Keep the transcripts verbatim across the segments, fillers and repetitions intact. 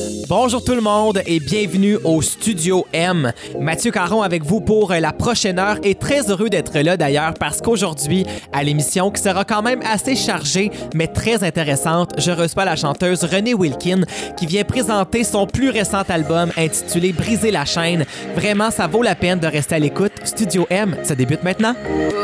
Bonjour tout le monde et bienvenue au Studio M. Mathieu Caron avec vous pour la prochaine heure et très heureux d'être là d'ailleurs parce qu'aujourd'hui, à l'émission qui sera quand même assez chargée mais très intéressante, je reçois la chanteuse Renée Wilkin qui vient présenter son plus récent album intitulé Briser la chaîne. Vraiment, ça vaut la peine de rester à l'écoute. Studio M, ça débute maintenant.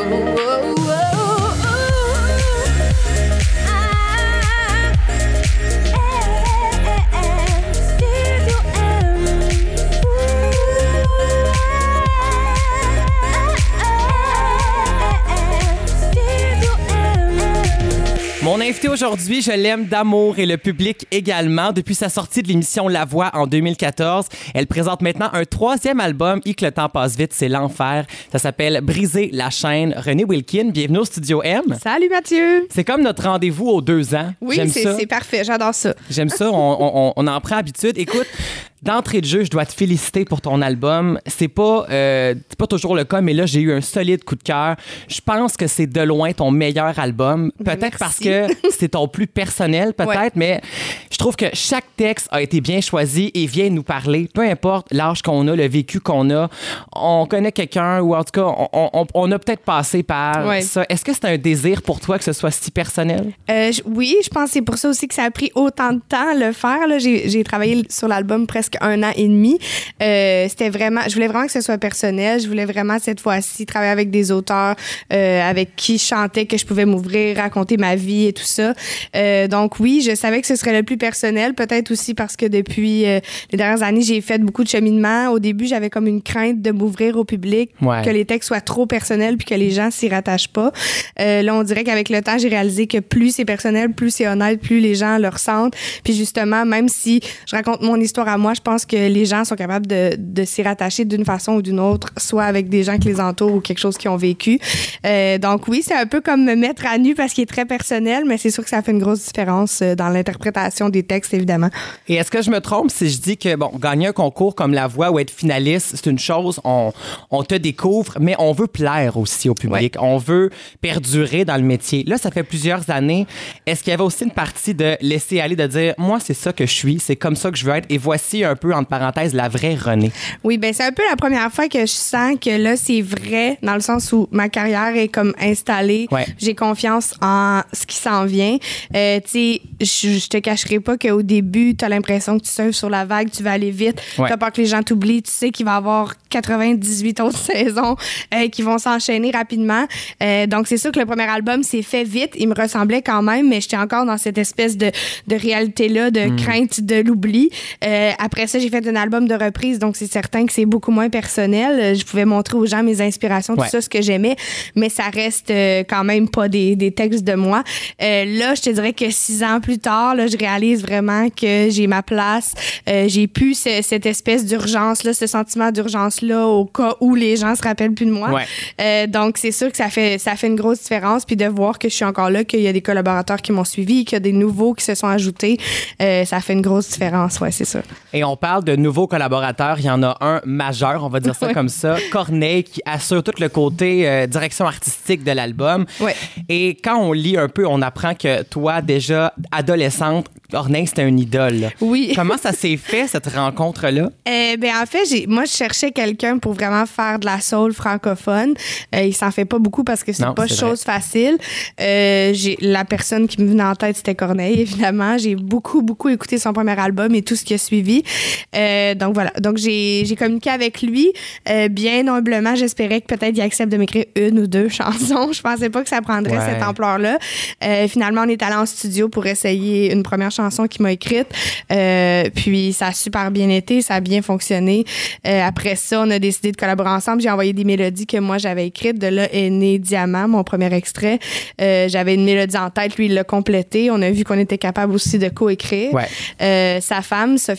Mon invité aujourd'hui, je l'aime d'amour et le public également. Depuis sa sortie de l'émission La Voix en deux mille quatorze, elle présente maintenant un troisième album et que le temps passe vite, c'est l'enfer. Ça s'appelle Briser la chaîne. Renée Wilkin, bienvenue au Studio M. Salut Mathieu. C'est comme notre rendez-vous aux deux ans. Oui, c'est, c'est parfait, j'adore ça. J'aime ça, on, on, on en prend habitude. Écoute, d'entrée de jeu, je dois te féliciter pour ton album. C'est pas, euh, c'est pas toujours le cas, mais là, j'ai eu un solide coup de cœur. Je pense que c'est de loin ton meilleur album. Peut-être Merci. parce que c'est ton plus personnel, peut-être, ouais. Mais je trouve que chaque texte a été bien choisi et vient nous parler. Peu importe l'âge qu'on a, le vécu qu'on a, on connaît quelqu'un ou en tout cas, on, on, on a peut-être passé par ouais. ça. Est-ce que c'est un désir pour toi que ce soit si personnel? Euh, je, oui, je pense que c'est pour ça aussi que ça a pris autant de temps à le faire. Là. J'ai, j'ai travaillé sur l'album presque un an et demi. Euh, c'était vraiment, je voulais vraiment que ce soit personnel. Je voulais vraiment cette fois-ci travailler avec des auteurs euh, avec qui je chantais, que je pouvais m'ouvrir, raconter ma vie et tout ça. Euh, donc oui, je savais que ce serait le plus personnel. Peut-être aussi parce que depuis euh, les dernières années, j'ai fait beaucoup de cheminement. Au début, j'avais comme une crainte de m'ouvrir au public, ouais. que les textes soient trop personnels puis que les gens s'y rattachent pas. Euh, là, on dirait qu'avec le temps, j'ai réalisé que plus c'est personnel, plus c'est honnête, plus les gens le ressentent. Puis justement, même si je raconte mon histoire à moi, je pense que les gens sont capables de, de s'y rattacher d'une façon ou d'une autre, soit avec des gens qui les entourent ou quelque chose qu'ils ont vécu. Euh, donc oui, c'est un peu comme me mettre à nu parce qu'il est très personnel, mais c'est sûr que ça fait une grosse différence dans l'interprétation des textes, évidemment. Et est-ce que je me trompe si je dis que, bon, gagner un concours comme La Voix ou être finaliste, c'est une chose, on, on te découvre, mais on veut plaire aussi au public. Ouais. On veut perdurer dans le métier. Là, ça fait plusieurs années. Est-ce qu'il y avait aussi une partie de laisser aller, de dire, moi, c'est ça que je suis, c'est comme ça que je veux être, et voici un peu, entre parenthèses, la vraie Renée? Oui, bien, c'est un peu la première fois que je sens que là, c'est vrai, dans le sens où ma carrière est comme installée. Ouais. J'ai confiance en ce qui s'en vient. Euh, tu sais, je, je te cacherai pas qu'au début, tu as l'impression que tu surfes sur la vague, tu vas aller vite. Ouais. Tu as peur que les gens t'oublient. Tu sais qu'il va y avoir quatre-vingt-dix-huit autres saisons euh, qui vont s'enchaîner rapidement. Euh, donc, c'est sûr que le premier album s'est fait vite. Il me ressemblait quand même, mais j'étais encore dans cette espèce de, de réalité-là, de mmh. crainte de l'oubli. Euh, après ça, j'ai fait un album de reprise, donc c'est certain que c'est beaucoup moins personnel. Je pouvais montrer aux gens mes inspirations, tout ouais. ça, ce que j'aimais, mais ça reste euh, quand même pas des, des textes de moi. Euh, là, je te dirais que six ans plus tard, là, je réalise vraiment que j'ai ma place. Euh, j'ai plus ce, cette espèce d'urgence-là, ce sentiment d'urgence-là au cas où les gens se rappellent plus de moi. Ouais. Euh, donc, c'est sûr que ça fait, ça fait une grosse différence. Puis de voir que je suis encore là, qu'il y a des collaborateurs qui m'ont suivi, qu'il y a des nouveaux qui se sont ajoutés, euh, ça fait une grosse différence. Ouais, c'est ça. Et on parle de nouveaux collaborateurs. Il y en a un majeur, on va dire ça ouais. comme ça, Corneille, qui assure tout le côté euh, direction artistique de l'album. Ouais. Et quand on lit un peu, on apprend que toi, déjà adolescente, Corneille, c'était une idole. Oui. Comment ça s'est fait, cette rencontre-là? Euh, ben, en fait, j'ai, moi, je cherchais quelqu'un pour vraiment faire de la soul francophone. Euh, il s'en fait pas beaucoup parce que c'est non, pas c'est chose vrai. facile. Euh, j'ai, la personne qui me venait en tête, c'était Corneille, évidemment. J'ai beaucoup, beaucoup écouté son premier album et tout ce qui a suivi. Euh, donc, voilà. Donc, j'ai, j'ai communiqué avec lui. Euh, bien humblement, j'espérais que peut-être il accepte de m'écrire une ou deux chansons. Je pensais pas que ça prendrait ouais. cette ampleur-là. Euh, finalement, on est allé en studio pour essayer une première chanson qu'il m'a écrite. Euh, puis ça a super bien été, ça a bien fonctionné. Euh, après ça, on a décidé de collaborer ensemble. J'ai envoyé des mélodies que moi j'avais écrites. De là est né Diamant, mon premier extrait. Euh, j'avais une mélodie en tête, lui il l'a complété. On a vu qu'on était capable aussi de coécrire. Ouais. Euh, sa femme, Sophia Desmédés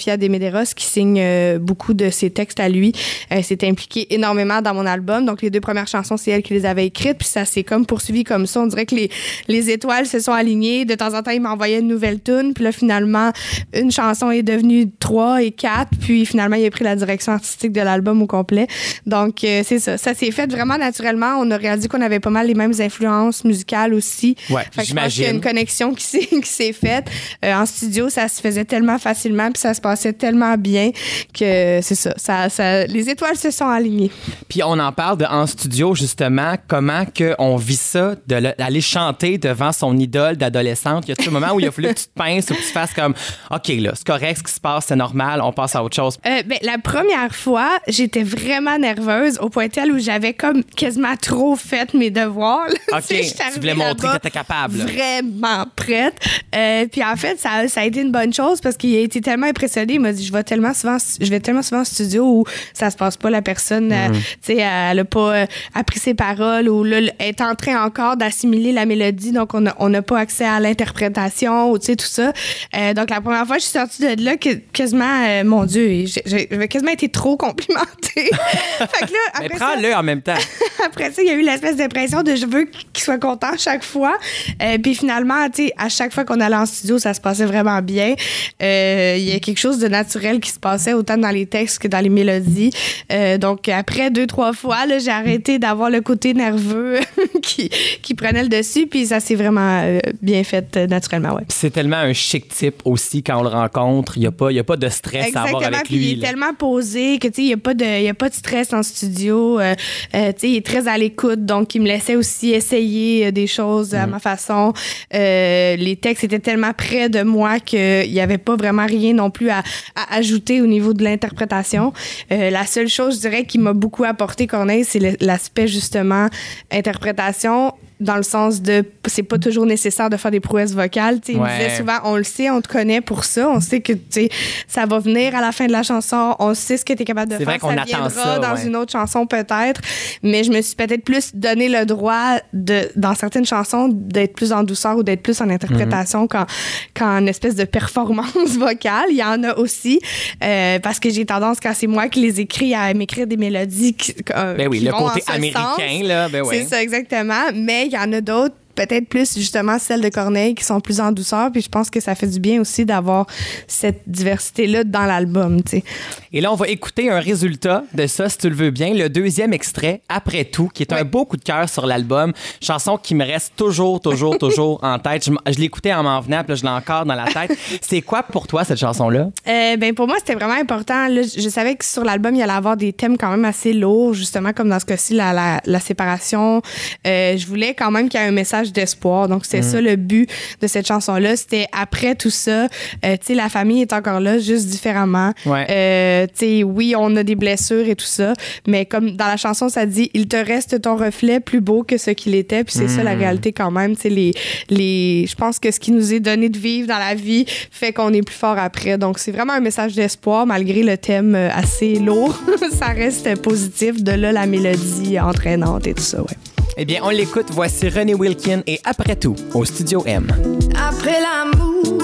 Medeiros, qui signe euh, beaucoup de ses textes à lui, euh, s'est impliquée énormément dans mon album. Donc, les deux premières chansons, c'est elle qui les avait écrites. Puis ça s'est comme poursuivi comme ça. On dirait que les, les étoiles se sont alignées. De temps en temps, il m'envoyait une nouvelle tune. Puis là, finalement, une chanson est devenue trois et quatre. Puis finalement, il a pris la direction artistique de l'album au complet. Donc, euh, c'est ça. Ça s'est fait vraiment naturellement. On a réalisé qu'on avait pas mal les mêmes influences musicales aussi. Ouais, fait que j'imagine. Je pense qu'il y a une connexion qui s'est, qui s'est faite. Euh, en studio, ça se faisait tellement facilement puis ça se passait tellement bien que c'est ça. ça, ça les étoiles se sont alignées. Puis on en parle de en studio, justement, comment que on vit ça, de le, d'aller chanter devant son idole d'adolescente. Y a-t-il un moment où il a fallu que tu te pinces ou que tu fasses comme OK, là, c'est correct, ce qui se passe, c'est normal, on passe à autre chose? Euh, ben, la première fois, j'étais vraiment nerveuse au point tel où j'avais comme quasiment trop fait mes devoirs. Là. OK, tu voulais montrer que t'étais capable. Là. Vraiment prête. Euh, puis en fait, ça, ça a été une bonne chose parce qu'il a été tellement impressionné. Il m'a dit, je vais tellement souvent, je vais tellement souvent au studio où ça se passe pas, la personne, mm. euh, tu sais, elle a pas euh, appris ses paroles ou là, elle est en train encore d'assimiler la mélodie, donc on n'a on a pas accès à l'interprétation ou tu sais, tout ça. Euh, donc la première fois, je suis sortie de là, que, quasiment, euh, mon Dieu, j'avais quasiment été trop complimentée. Fait que là, après Mais prends-le ça, en même temps. Après ça, il y a eu l'espèce d'impression de je veux qu'il soit content chaque fois. Euh, puis finalement, tu sais, à chaque fois qu'on allait en studio, ça se passait vraiment bien. Euh, il y a quelque chose de naturel qui se passait autant dans les textes que dans les mélodies. Euh, donc après deux, trois fois, là, j'ai arrêté d'avoir le côté nerveux qui, qui prenait le dessus. Puis ça s'est vraiment euh, bien fait euh, naturellement, ouais. C'est tellement un chic type aussi quand on le rencontre. Il n'y a, a pas de stress Exactement, à avoir avec puis lui. Il est là. Tellement posé que, tu sais, il n'y a pas de, il y a pas de stress en studio. Euh, euh, tu sais, il est très à l'écoute, donc il me laissait aussi essayer des choses à mmh. ma façon. Euh, les textes étaient tellement près de moi qu'il n'y avait pas vraiment rien non plus à, à ajouter au niveau de l'interprétation. Euh, la seule chose, je dirais, qui m'a beaucoup apporté, Corneille, c'est l'aspect, justement, interprétation, dans le sens de c'est pas toujours nécessaire de faire des prouesses vocales. Ouais. Il me disait souvent, on le sait, on te connaît pour ça, on sait que ça va venir à la fin de la chanson, on sait ce que tu es capable de c'est faire, vrai qu'on ça attend viendra ça, dans ouais. une autre chanson peut-être, mais je me suis peut-être plus donné le droit de, dans certaines chansons d'être plus en douceur ou d'être plus en interprétation mm-hmm. qu'en, qu'en espèce de performance vocale. Il y en a aussi, euh, parce que j'ai tendance, quand c'est moi qui les écris, à m'écrire des mélodies qui, euh, ben oui, qui le vont côté en ce américain, sens. là, ben oui. C'est ça, exactement, mais il y en a d'autres, peut-être plus justement celles de Corneille qui sont plus en douceur, puis je pense que ça fait du bien aussi d'avoir cette diversité-là dans l'album, tu sais. Et là, on va écouter un résultat de ça, si tu le veux bien, le deuxième extrait, Après tout, qui est oui. un beau coup de cœur sur l'album, chanson qui me reste toujours, toujours, toujours en tête. Je, je l'écoutais en m'en venant, puis là, je l'ai encore dans la tête. C'est quoi pour toi, cette chanson-là? Euh, ben pour moi, c'était vraiment important. Là, je savais que sur l'album, il allait avoir des thèmes quand même assez lourds, justement, comme dans ce cas-ci, la, la, la séparation. Euh, je voulais quand même qu'il y ait un message d'espoir. Donc, c'est mmh. ça le but de cette chanson-là. C'était après tout ça, euh, tu sais, la famille est encore là, juste différemment. Ouais. Euh, tu sais, oui, on a des blessures et tout ça, mais comme dans la chanson, ça dit « Il te reste ton reflet plus beau que ce qu'il était », puis c'est mmh. ça la réalité quand même. Tu sais, les, les, je pense que ce qui nous est donné de vivre dans la vie fait qu'on est plus fort après. Donc, c'est vraiment un message d'espoir, malgré le thème assez lourd. Ça reste positif. De là, la mélodie entraînante et tout ça, ouais. Eh bien, on l'écoute. Voici René Wilkin et Après tout, au Studio M. Après l'amour,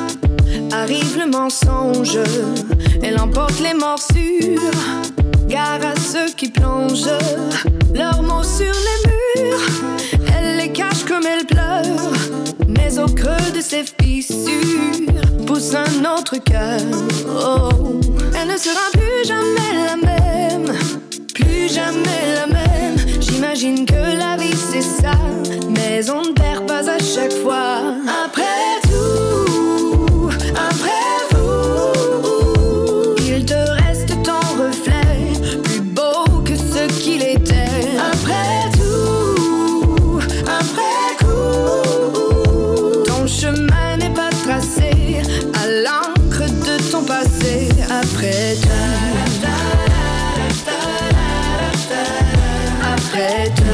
arrive le mensonge. Elle emporte les morsures. Gare à ceux qui plongent leurs mots sur les murs. Elle les cache comme elle pleure. Mais au creux de ses fissures pousse un autre cœur. Oh. Elle ne sera plus jamais la même. Plus jamais la même. J'imagine que la vie c'est ça, mais on ne perd pas à chaque fois. Après tout, après vous, il te reste ton reflet, plus beau que ce qu'il était. Après tout, après coup, ton chemin n'est pas tracé à l'encre de ton passé. Après tout. Après tout,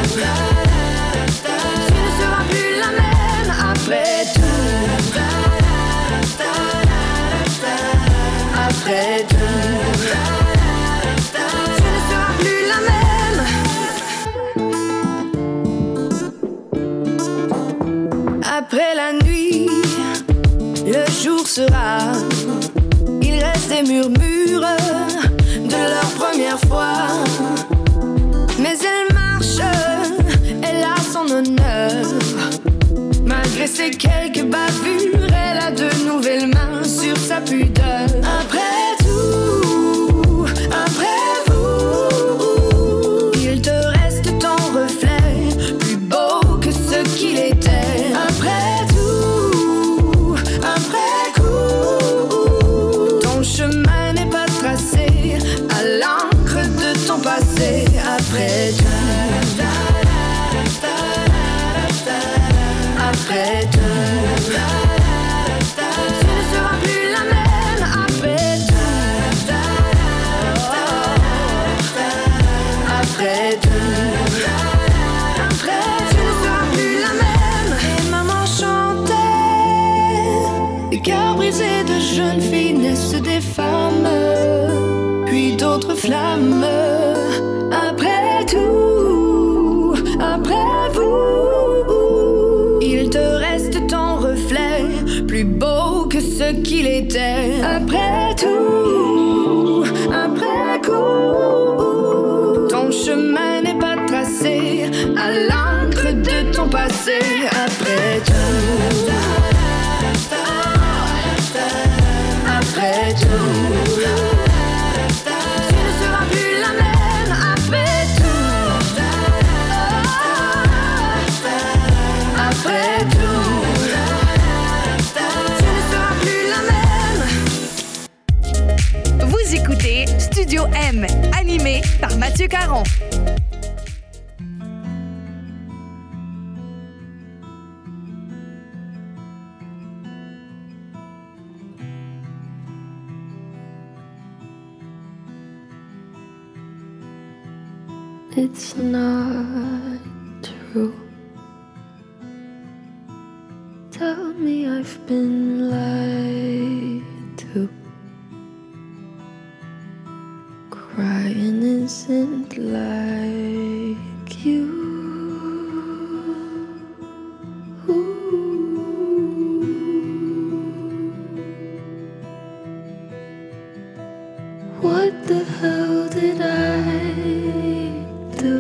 tu ne seras plus la même. Après tout, après tout, tu ne seras plus la même. Après la nuit, le jour sera. Il reste des murmure de leur première fois. Mais elle marche, elle a son honneur. Malgré ces quelques bavures, elle a de nouvelles mains sur sa pudeur. Après tout, après vous, il te reste ton reflet, plus beau que ce qu'il était. Après tout, après coup, ton chemin n'est pas tracé à l'encre de ton passé. Après tout, après tout, tu ne seras plus la même. Après tout, après tout, après tu ne seras plus la même. Et maman chantait, les cœurs brisés de jeunes filles naissent des femmes, puis d'autres flammes. Après tout, après vous, il te reste ton reflet, plus beau que ce qu'il était. Après tout, après coup, ton chemin n'est pas tracé à l'encre de ton passé. Après tout, après tout, tu ne seras plus la même. Après tout, après tout, tu ne seras plus la même. Vous écoutez Studio M, animé par Mathieu Caron. It's not true. Tell me I've been lied to. Crying isn't like you. What the hell did I do?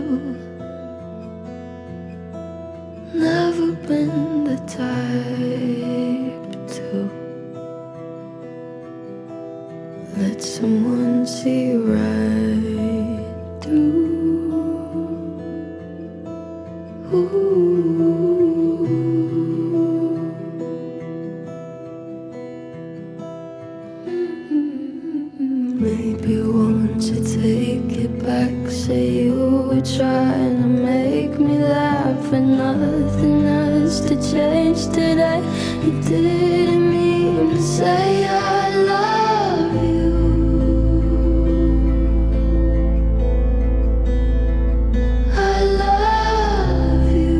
Never been the type to let someone see right through. Mm-hmm. Maybe won't you take it back? Say you were trying to make me laugh, and nothing else to change today. You didn't mean to say I love you. I love you,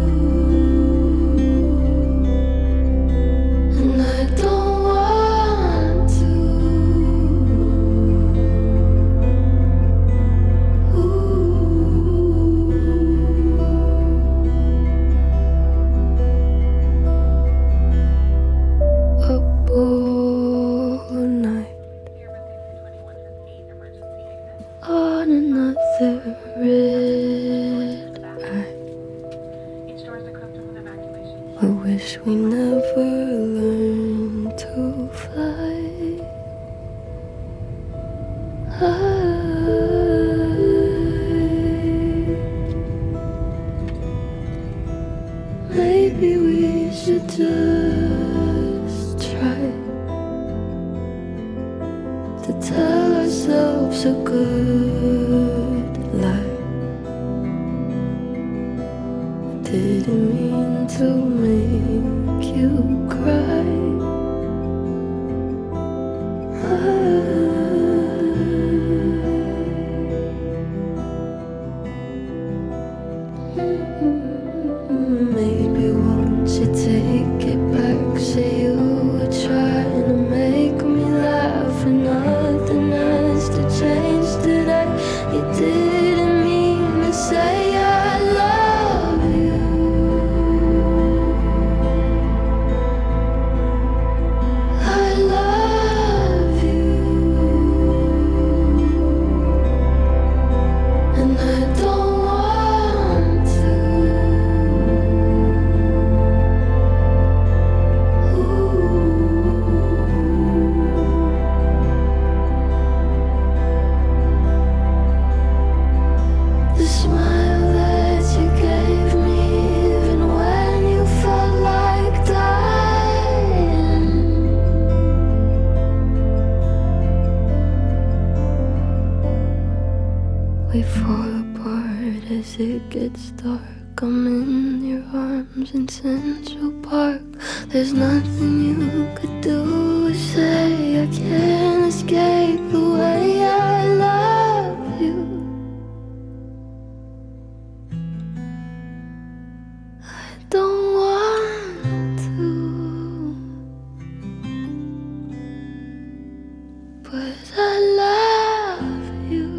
and I don't want to. Up all night on another red eye. I wish we never learned to fly. I, maybe we should just try to tell ourselves a good lie. Didn't mean to make you cry. Maybe won't you take it back? Say you were trying to make me laugh, and nothing else to change today. You didn't mean to say I love you. I love you. we fall apart as it gets dark. I'm in your arms in Central Park. There's nothing you could do or say. I can't escape the way I love you. I don't want to, but I love you.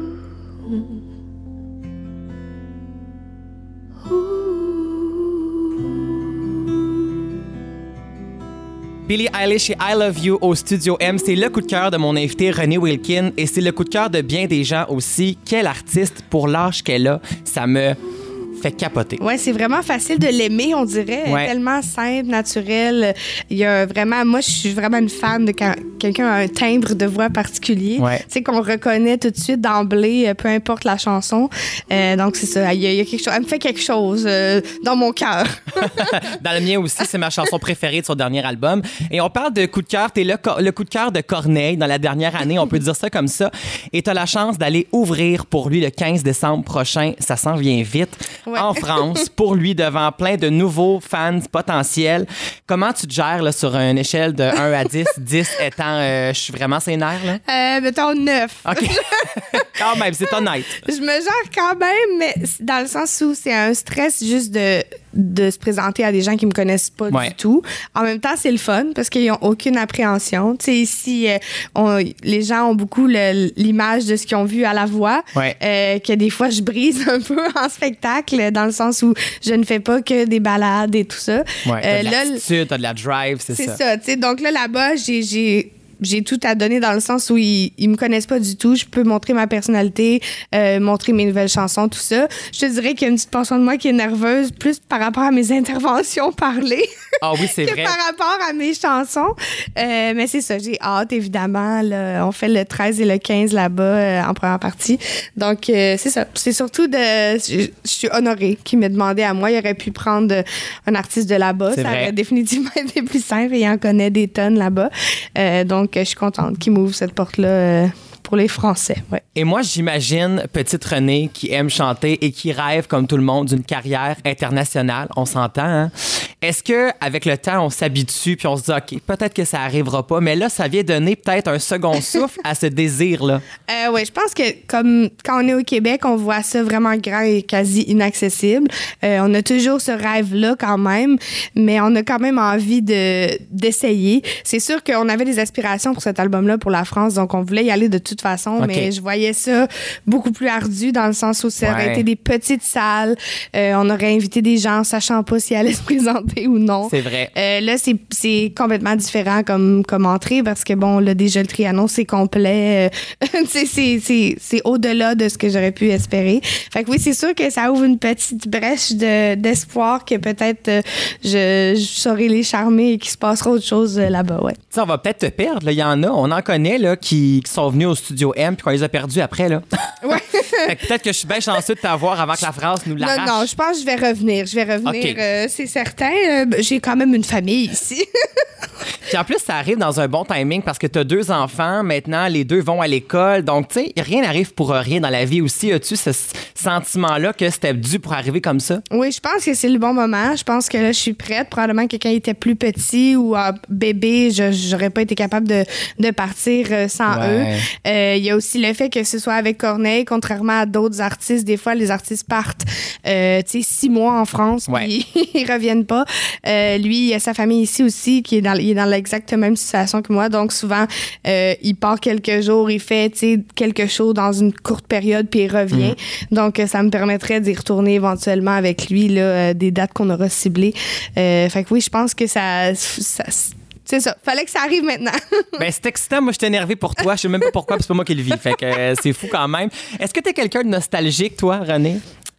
Billie Eilish et I Love You au Studio M, c'est le coup de cœur de mon invité René Wilkin et c'est le coup de cœur de bien des gens aussi. Quelle artiste pour l'âge qu'elle a, ça me fait capoter. Ouais, c'est vraiment facile de l'aimer, on dirait. Ouais. Tellement simple, naturel. Il y a vraiment, moi, je suis vraiment une fan de quand quelqu'un a un timbre de voix particulier. Ouais. Tu sais, qu'on reconnaît tout de suite d'emblée, peu importe la chanson. Euh, donc, c'est ça. Il y, a, il y a quelque chose. Elle me fait quelque chose euh, dans mon cœur. Dans le mien aussi, c'est ma chanson préférée de son dernier album. Et on parle de coup de cœur. T'es le, le coup de cœur de Corneille dans la dernière année, on peut dire ça comme ça. Et t'as la chance d'aller ouvrir pour lui le quinze décembre prochain. Ça s'en vient vite. Ouais. En France, pour lui, devant plein de nouveaux fans potentiels. Comment tu te gères là, sur une échelle de un à dix, dix étant, euh, je suis vraiment sénère, là? Euh, mettons neuf. OK. Quand même, c'est honnête. Je me gère quand même, mais dans le sens où c'est un stress juste de, de se présenter à des gens qui me connaissent pas ouais. du tout. En même temps, c'est le fun parce qu'ils n'ont aucune appréhension. Tu sais, ici, euh, on, les gens ont beaucoup le, l'image de ce qu'ils ont vu à la voix, ouais. euh, que des fois, je brise un peu en spectacle, dans le sens où je ne fais pas que des balades et tout ça. Ouais, t'as euh, de là, l'attitude, t'as de la drive, c'est, c'est ça. C'est ça, tu sais. Donc là, là-bas, j'ai... j'ai j'ai tout à donner dans le sens où ils, ils me connaissent pas du tout. Je peux montrer ma personnalité, euh, montrer mes nouvelles chansons, tout ça. Je te dirais qu'il y a une petite portion de moi qui est nerveuse, plus par rapport à mes interventions parlées. Ah oui, c'est que vrai. par rapport à mes chansons. Euh, mais c'est ça, j'ai hâte, évidemment. Là, on fait le treize et le quinze là-bas euh, en première partie. Donc, euh, c'est ça. C'est surtout de... Je, je suis honorée qu'il m'ait demandé à moi. Il aurait pu prendre un artiste de là-bas. C'est ça vrai. aurait définitivement été plus simple et il en connaît des tonnes là-bas. Euh, donc, je suis contente qu'il m'ouvre cette porte-là euh, pour les Français. Ouais. Et moi, j'imagine petite Renée qui aime chanter et qui rêve, comme tout le monde, d'une carrière internationale. On s'entend, hein? Est-ce que avec le temps, on s'habitue puis on se dit, OK, peut-être que ça arrivera pas, mais là, ça vient donner peut-être un second souffle à ce désir-là? Euh, oui, je pense que comme quand on est au Québec, on voit ça vraiment grand et quasi inaccessible. Euh, on a toujours ce rêve-là quand même, mais on a quand même envie de, d'essayer. C'est sûr qu'on avait des aspirations pour cet album-là pour la France, donc on voulait y aller de toute façon, okay. mais je voyais ça beaucoup plus ardu dans le sens où ça aurait ouais. été des petites salles. Euh, on aurait invité des gens sachant pas s'ils allaient se présenter ou non. C'est vrai. Euh, là, c'est, c'est complètement différent comme, comme entrée parce que, bon, là, déjà, le Trianon, c'est complet. Euh, c'est, c'est, c'est, c'est au-delà de ce que j'aurais pu espérer. Fait que oui, c'est sûr que ça ouvre une petite brèche de, d'espoir que peut-être euh, je, je saurai les charmer et qu'il se passera autre chose euh, là-bas, ouais. T'sais, on va peut-être te perdre. Il y en a, on en connaît là, qui, qui sont venus au Studio M puis qu'on les a perdus après. Là. Ouais. Fait que peut-être que je suis bien chanceux de t'avoir avant que la France nous l'arrache. Non, non, je pense que je vais revenir. Je vais revenir, okay. euh, c'est certain. Euh, j'ai quand même une famille ici. Puis en plus, ça arrive dans un bon timing parce que tu as deux enfants. Maintenant, les deux vont à l'école. Donc, tu sais, rien n'arrive pour rien dans la vie aussi. As-tu ce sentiment-là que c'était dû pour arriver comme ça? Oui, je pense que c'est le bon moment. Je pense que là, je suis prête. Probablement que quand il était plus petit ou euh, bébé, je j'aurais pas été capable de, de partir euh, sans ouais. eux. Il euh, y a aussi le fait que ce soit avec Corneille, contrairement à d'autres artistes. Des fois, les artistes partent, euh, tu sais, six mois en France, ouais. puis ils reviennent pas. Euh, lui, il a sa famille ici aussi, qui est dans, il est dans l'exacte même situation que moi. Donc, souvent, euh, il part quelques jours, il fait, tu sais, quelque chose dans une courte période, puis il revient. Mmh. Donc, ça me permettrait d'y retourner éventuellement avec lui, là, euh, des dates qu'on aura ciblées. Euh, fait que oui, je pense que ça... ça c'est ça. Fallait que ça arrive maintenant. Ben, c'est excitant. Moi, je suis énervée pour toi. Je sais même pas pourquoi, puis c'est pas moi qui le vis. Fait que euh, c'est fou quand même. Est-ce que t'es quelqu'un de nostalgique, toi, René?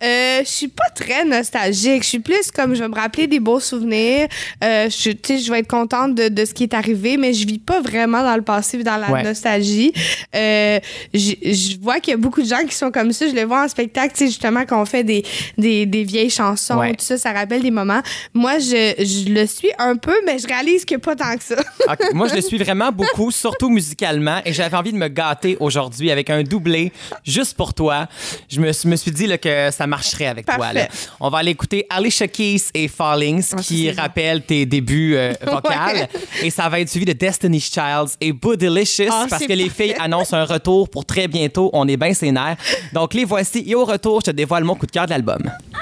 Euh, je suis pas très nostalgique. Je suis plus comme je vais me rappeler des beaux souvenirs. Euh, je, tu sais, je vais être contente de, de ce qui est arrivé, mais je vis pas vraiment dans le passé, dans la ouais. nostalgie. Euh, je vois qu'il y a beaucoup de gens qui sont comme ça. Je les vois en spectacle, tu sais, justement, quand on fait des, des, des vieilles chansons, ouais. tout ça, ça rappelle des moments. Moi, je, je le suis un peu, mais je réalise que pas tant que ça. Okay. Moi, je le suis vraiment beaucoup, surtout musicalement, et j'avais envie de me gâter aujourd'hui avec un doublé juste pour toi. Je me, me suis dit là, que ça marcherait avec Parfait. toi. Là. On va aller écouter Alicia Keys et Fallings, oh, qui rappellent tes débuts euh, vocaux. Ouais. Et ça va être suivi de Destiny's Child et Bootylicious, oh, parce que parfait. Les filles annoncent un retour pour très bientôt. On est bien sénères. Donc, les voici. Et au retour, je te dévoile mon coup de cœur de l'album.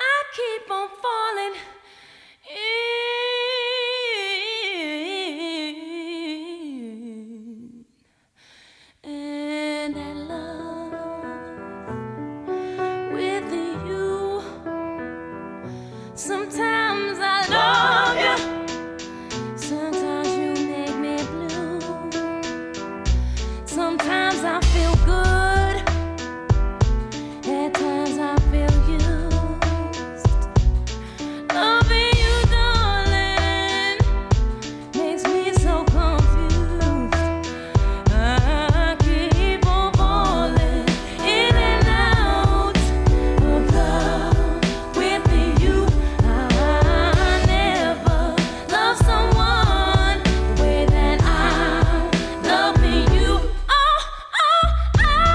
Sometimes I love you, sometimes you make me blue. Sometimes I feel good, at times I feel used. Loving you, darling, makes me so confused. I keep on falling in and out of love with you. Someone the way that I love you. Oh, oh,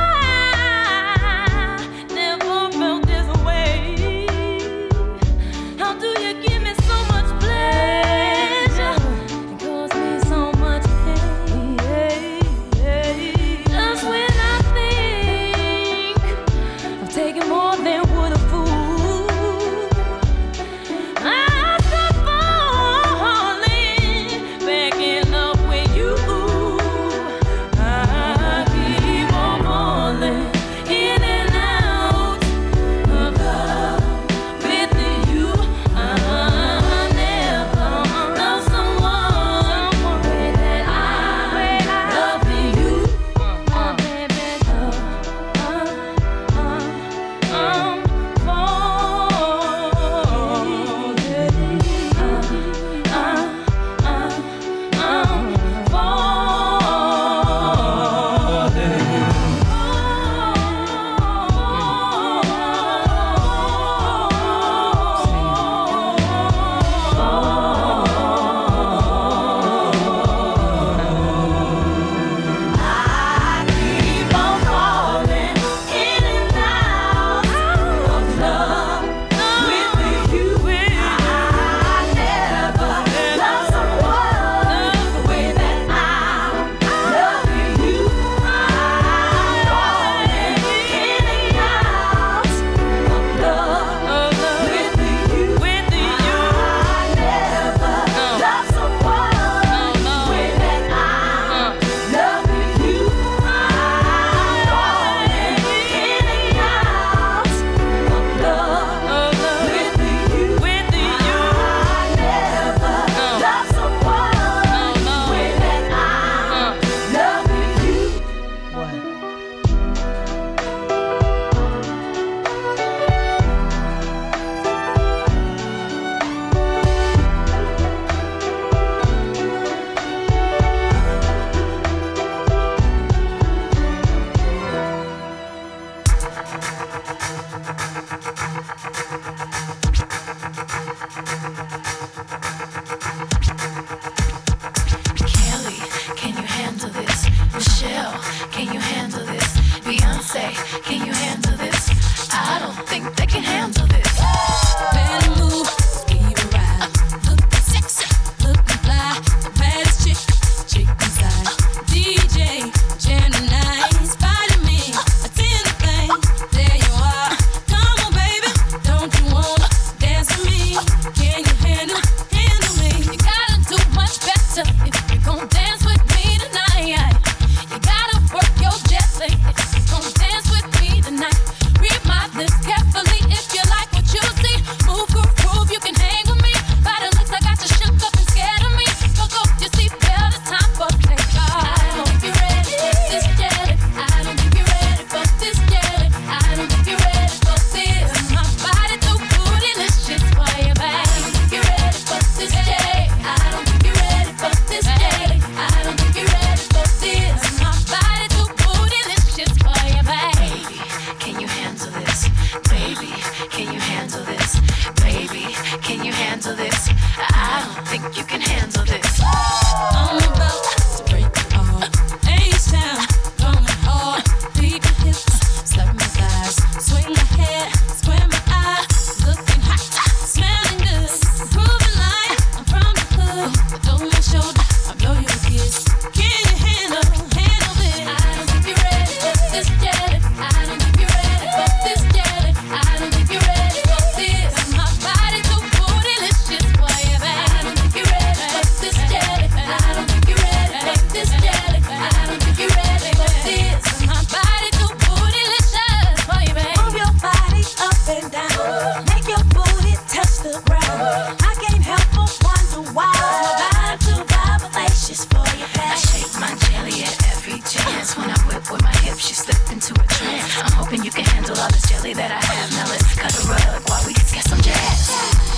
love is jelly that I have. Now let's cut a rug while we get some jazz.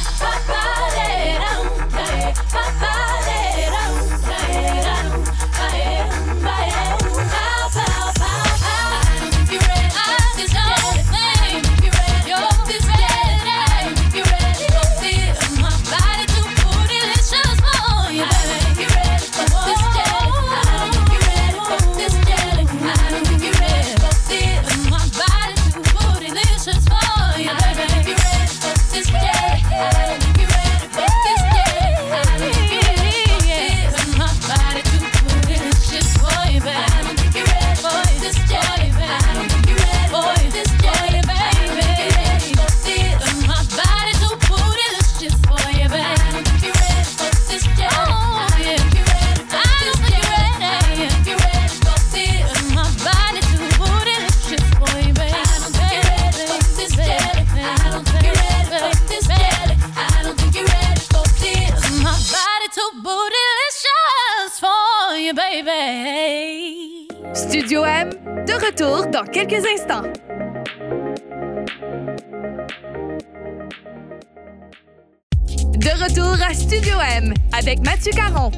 Studio M, de retour dans quelques instants. De retour à Studio M avec Mathieu Caron.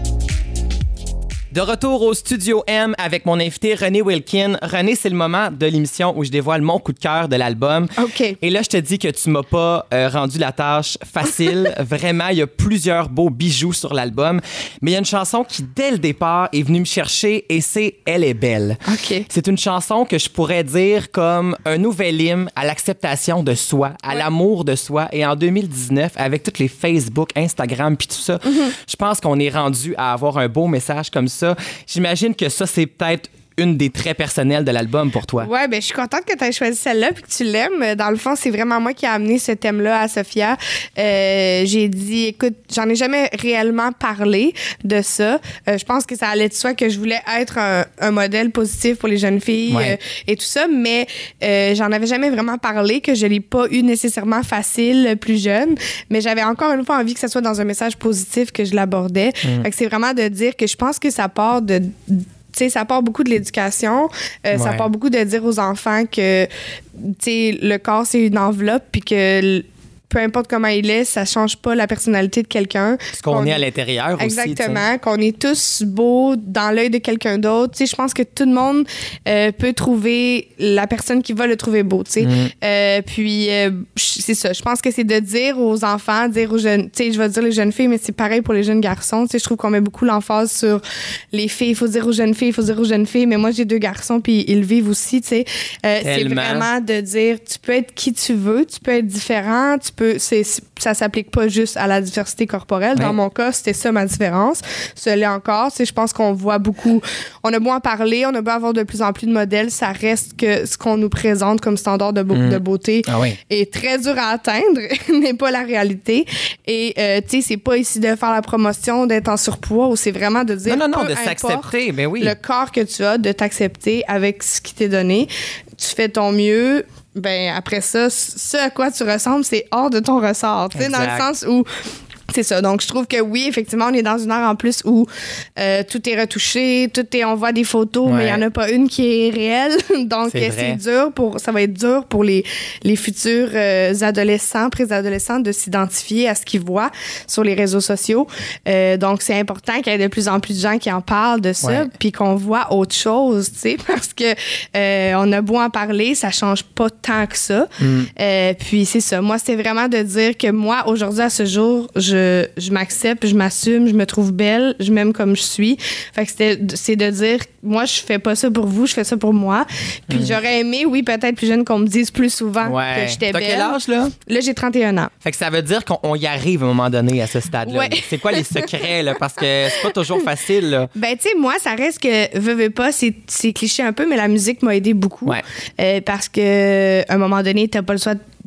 De retour au Studio M avec mon invité René Wilkin. René, c'est le moment de l'émission où je dévoile mon coup de cœur de l'album. OK. Et là, je te dis que tu m'as pas euh, rendu la tâche facile. Vraiment, il y a plusieurs beaux bijoux sur l'album. Mais il y a une chanson qui, dès le départ, est venue me chercher et c'est « Elle est belle ». OK. C'est une chanson que je pourrais dire comme un nouvel hymne à l'acceptation de soi, à ouais. l'amour de soi. Et en deux mille dix-neuf, avec toutes les Facebook, Instagram puis tout ça, mm-hmm. je pense qu'on est rendu à avoir un beau message comme ça. Ça. J'imagine que ça, c'est peut-être une des traits personnels de l'album pour toi. Ouais, ben je suis contente que tu aies choisi celle-là puis que tu l'aimes. Dans le fond, c'est vraiment moi qui ai amené ce thème-là à Sophia. Euh, j'ai dit, écoute, j'en ai jamais réellement parlé de ça. Euh, je pense que ça allait de soi que je voulais être un, un modèle positif pour les jeunes filles ouais. euh, et tout ça, mais euh, j'en avais jamais vraiment parlé, que je l'ai pas eu nécessairement facile plus jeune, mais j'avais encore une fois envie que ça soit dans un message positif que je l'abordais. Mm. Fait que c'est vraiment de dire que je pense que ça part de... Tu sais, ça part beaucoup de l'éducation. Euh, ouais. Ça part beaucoup de dire aux enfants que, tu sais, le corps, c'est une enveloppe, puis que peu importe comment il est, ça change pas la personnalité de quelqu'un. Ce qu'on, qu'on est à l'intérieur aussi. Exactement, qu'on est tous beaux dans l'œil de quelqu'un d'autre. Tu sais, je pense que tout le monde euh, peut trouver la personne qui va le trouver beau, tu sais. Mm. Euh, puis, euh, c'est ça. Je pense que c'est de dire aux enfants, dire aux jeunes... Tu sais, je vais dire les jeunes filles, mais c'est pareil pour les jeunes garçons. Tu sais, je trouve qu'on met beaucoup l'emphase sur les filles. Il faut dire aux jeunes filles, il faut dire aux jeunes filles. Mais moi, j'ai deux garçons, puis ils vivent aussi, tu sais. Euh, c'est vraiment de dire, tu peux être qui tu veux, tu peux être différent, tu peux... C'est, ça s'applique pas juste à la diversité corporelle. Ouais. Dans mon cas, c'était ça ma différence. Ce l'est encore. Tu sais, je pense qu'on voit beaucoup... On a beau en parler, on a beau avoir de plus en plus de modèles, ça reste que ce qu'on nous présente comme standard de, beau- mm. de beauté ah oui. est très dur à atteindre, n'est pas la réalité. Et, euh, tu sais, c'est pas ici de faire la promotion, d'être en surpoids, ou c'est vraiment de dire... Non, non, non, peu de s'accepter, mais oui. Le corps que tu as, de t'accepter avec ce qui t'est donné. Tu fais ton mieux... Ben après ça, ce à quoi tu ressembles, c'est hors de ton ressort. Tu sais, dans le sens où... C'est ça. Donc, je trouve que oui, effectivement, on est dans une ère en plus où euh, tout est retouché, tout est, on voit des photos, ouais. mais il n'y en a pas une qui est réelle. Donc, c'est, c'est dur pour, ça va être dur pour les, les futurs euh, adolescents, préadolescents de s'identifier à ce qu'ils voient sur les réseaux sociaux. Euh, donc, c'est important qu'il y ait de plus en plus de gens qui en parlent de ça, ouais. puis qu'on voit autre chose, tu sais, parce que euh, on a beau en parler, ça change pas tant que ça. Mm. Euh, puis, c'est ça. Moi, c'est vraiment de dire que moi, aujourd'hui, à ce jour, je Je, je m'accepte, je m'assume, je me trouve belle, je m'aime comme je suis. Fait que c'était, c'est de dire, moi, je fais pas ça pour vous, je fais ça pour moi. Puis mmh. j'aurais aimé, oui, peut-être plus jeune, qu'on me dise plus souvent ouais. que j'étais T'as belle. T'as quel âge, là? Là, j'ai trente et un ans. Fait que ça veut dire qu'on y arrive à un moment donné à ce stade-là. Ouais. C'est quoi les secrets, là? Parce que c'est pas toujours facile, là. Ben, tu sais, moi, ça reste que, veux, veux pas, c'est, c'est cliché un peu, mais la musique m'a aidé beaucoup. Ouais. Euh, parce que, à un moment donné, t'as pas le choix de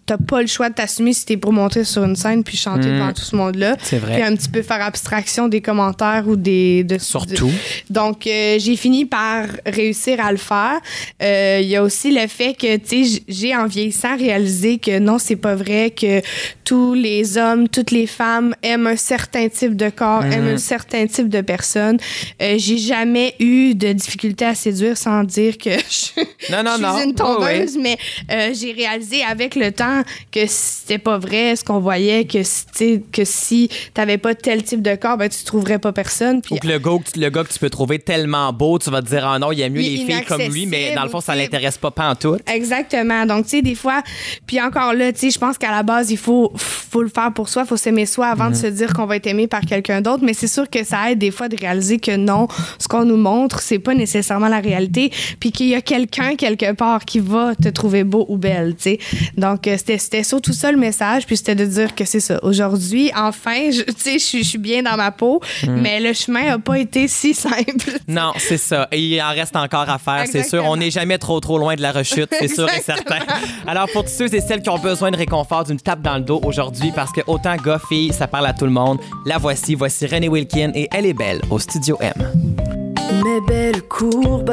t'as pas le choix de t'assumer si t'es pour monter sur une scène puis chanter mmh. devant tout ce monde-là. C'est vrai. Puis un petit peu faire abstraction des commentaires ou des... De, Surtout. De, donc, euh, j'ai fini par réussir à le faire. Il euh, y a aussi le fait que, tu sais, j'ai en vieillissant réalisé que non, c'est pas vrai que tous les hommes, toutes les femmes aiment un certain type de corps, mmh. aiment un certain type de personne. Euh, j'ai jamais eu de difficulté à séduire sans dire que je, non, non, je suis non. une tombeuse, oh, oui. mais euh, j'ai réalisé avec le temps que c'était pas vrai ce qu'on voyait, que, que si t'avais pas tel type de corps, ben, tu trouverais pas personne. Puis, Ou que le gars, le gars que tu peux trouver tellement beau, tu vas te dire, ah non, il y a mieux les filles comme lui, mais dans le fond, ça l'intéresse pas pantoute. Exactement. Donc, tu sais, des fois, puis encore là, tu sais, je pense qu'à la base, il faut, faut le faire pour soi, il faut s'aimer soi avant mm-hmm. de se dire qu'on va être aimé par quelqu'un d'autre, mais c'est sûr que ça aide des fois de réaliser que non, ce qu'on nous montre, c'est pas nécessairement la réalité, puis qu'il y a quelqu'un quelque part qui va te trouver beau ou belle, tu sais. Donc, euh, c'était, c'était surtout ça le message, puis c'était de dire que c'est ça. Aujourd'hui, enfin, tu sais, je suis bien dans ma peau, mm. mais le chemin a pas été si simple. Non, c'est ça. Et il en reste encore à faire, Exactement. C'est sûr. On n'est jamais trop, trop loin de la rechute, c'est sûr et certain. Alors, pour tous ceux et celles qui ont besoin de réconfort, d'une tape dans le dos aujourd'hui, parce que autant gars, filles, ça parle à tout le monde, la voici. Voici Renée Wilkin et Elle est belle au Studio M. Mes belles courbes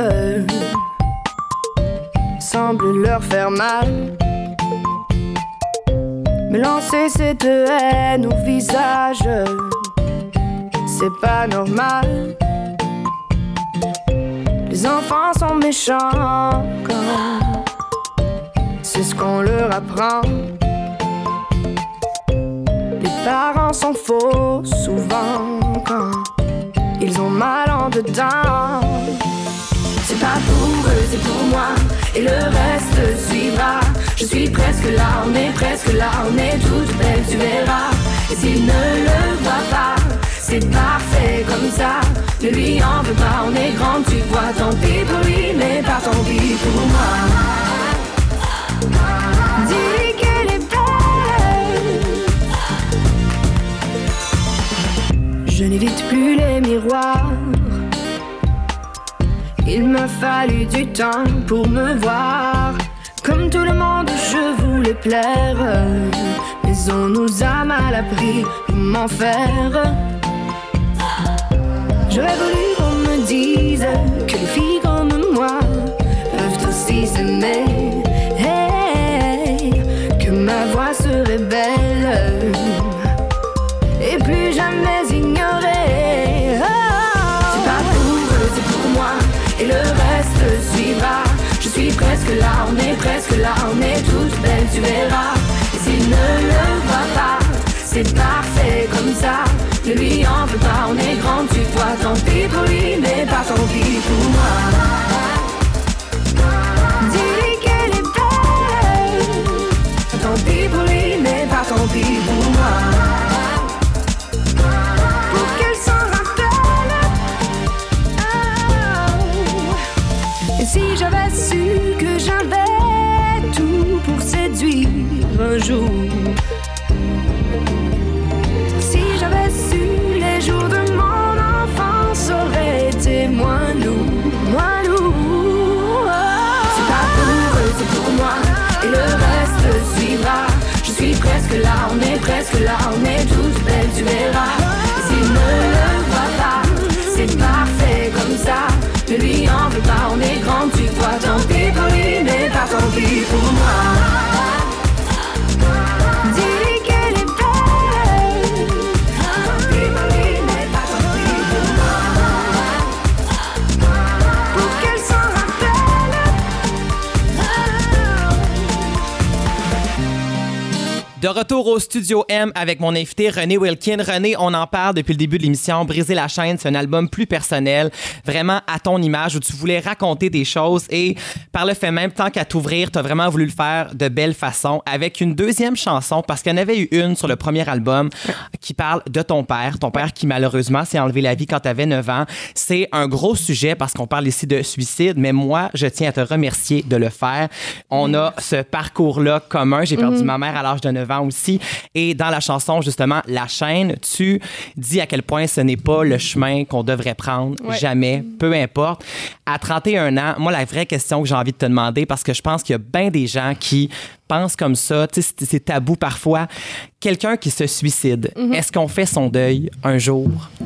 semblent leur faire mal. Me lancer cette haine au visage, c'est pas normal. Les enfants sont méchants quand c'est ce qu'on leur apprend. Les parents sont faux souvent quand ils ont mal en dedans. C'est pas pour eux, c'est pour moi, et le reste suivra. Je suis presque là, on est presque là, on est toutes belles, tu verras. Et s'il ne le voit pas, c'est parfait comme ça. Ne lui en veux pas, on est grand, tu vois. Tant pis pour lui, mais pas tant pis pour moi. Dis qu'elle est belle. Je n'évite plus les miroirs. Il m'a fallu du temps pour me voir. Comme tout le monde, je voulais plaire, mais on nous a mal appris comment faire. J'aurais voulu qu'on me dise que les filles comme moi peuvent aussi s'aimer, hey, que ma voix serait belle et plus jamais ignorée. Oh, c'est pas pour eux, c'est pour moi, et le reste suivra. Je suis presque là, on est presque là, on est toutes belles, tu verras. Et s'il ne le voit pas, c'est parfait comme ça. Ne lui en veux pas, on est grand, tu vois. Tant pis pour lui, mais pas tant pis pour moi. Dis-lui qu'elle est belle. Tant pis pour lui, mais pas tant pis pour moi. Pour qu'elle s'en rappelle. Oh. Et si j'avais su que j'avais tout pour séduire un jour. J'avais su, les jours de mon enfance auraient été moins lourds, moins lourds. Oh. C'est pas pour eux, c'est pour moi, et le reste suivra. Je suis presque là, on est presque là, on est toutes belles, tu verras. Et s'il ne le voit pas, c'est parfait comme ça. Ne lui en veux pas, on est grand, tu vois. Tant pis pour lui, mais pas tant pis pour moi. De retour au Studio M avec mon invité Renée Wilkin. Renée, on en parle depuis le début de l'émission. Briser la chaîne, c'est un album plus personnel, vraiment à ton image, où tu voulais raconter des choses et par le fait même, tant qu'à t'ouvrir, tu as vraiment voulu le faire de belle façon avec une deuxième chanson, parce qu'il y en avait eu une sur le premier album qui parle de ton père, ton père qui malheureusement s'est enlevé la vie quand tu avais neuf ans. C'est un gros sujet parce qu'on parle ici de suicide, mais moi, je tiens à te remercier de le faire. On a ce parcours-là commun. J'ai perdu mm-hmm. ma mère à l'âge de neuf ans aussi. Et dans la chanson, justement, La chaîne, tu dis à quel point ce n'est pas le chemin qu'on devrait prendre, ouais. jamais, peu importe. À trente et un ans, moi, la vraie question que j'ai envie de te demander, parce que je pense qu'il y a bien des gens qui repense comme ça, tu sais, c'est, c'est tabou parfois. Quelqu'un qui se suicide, mm-hmm. est-ce qu'on fait son deuil un jour?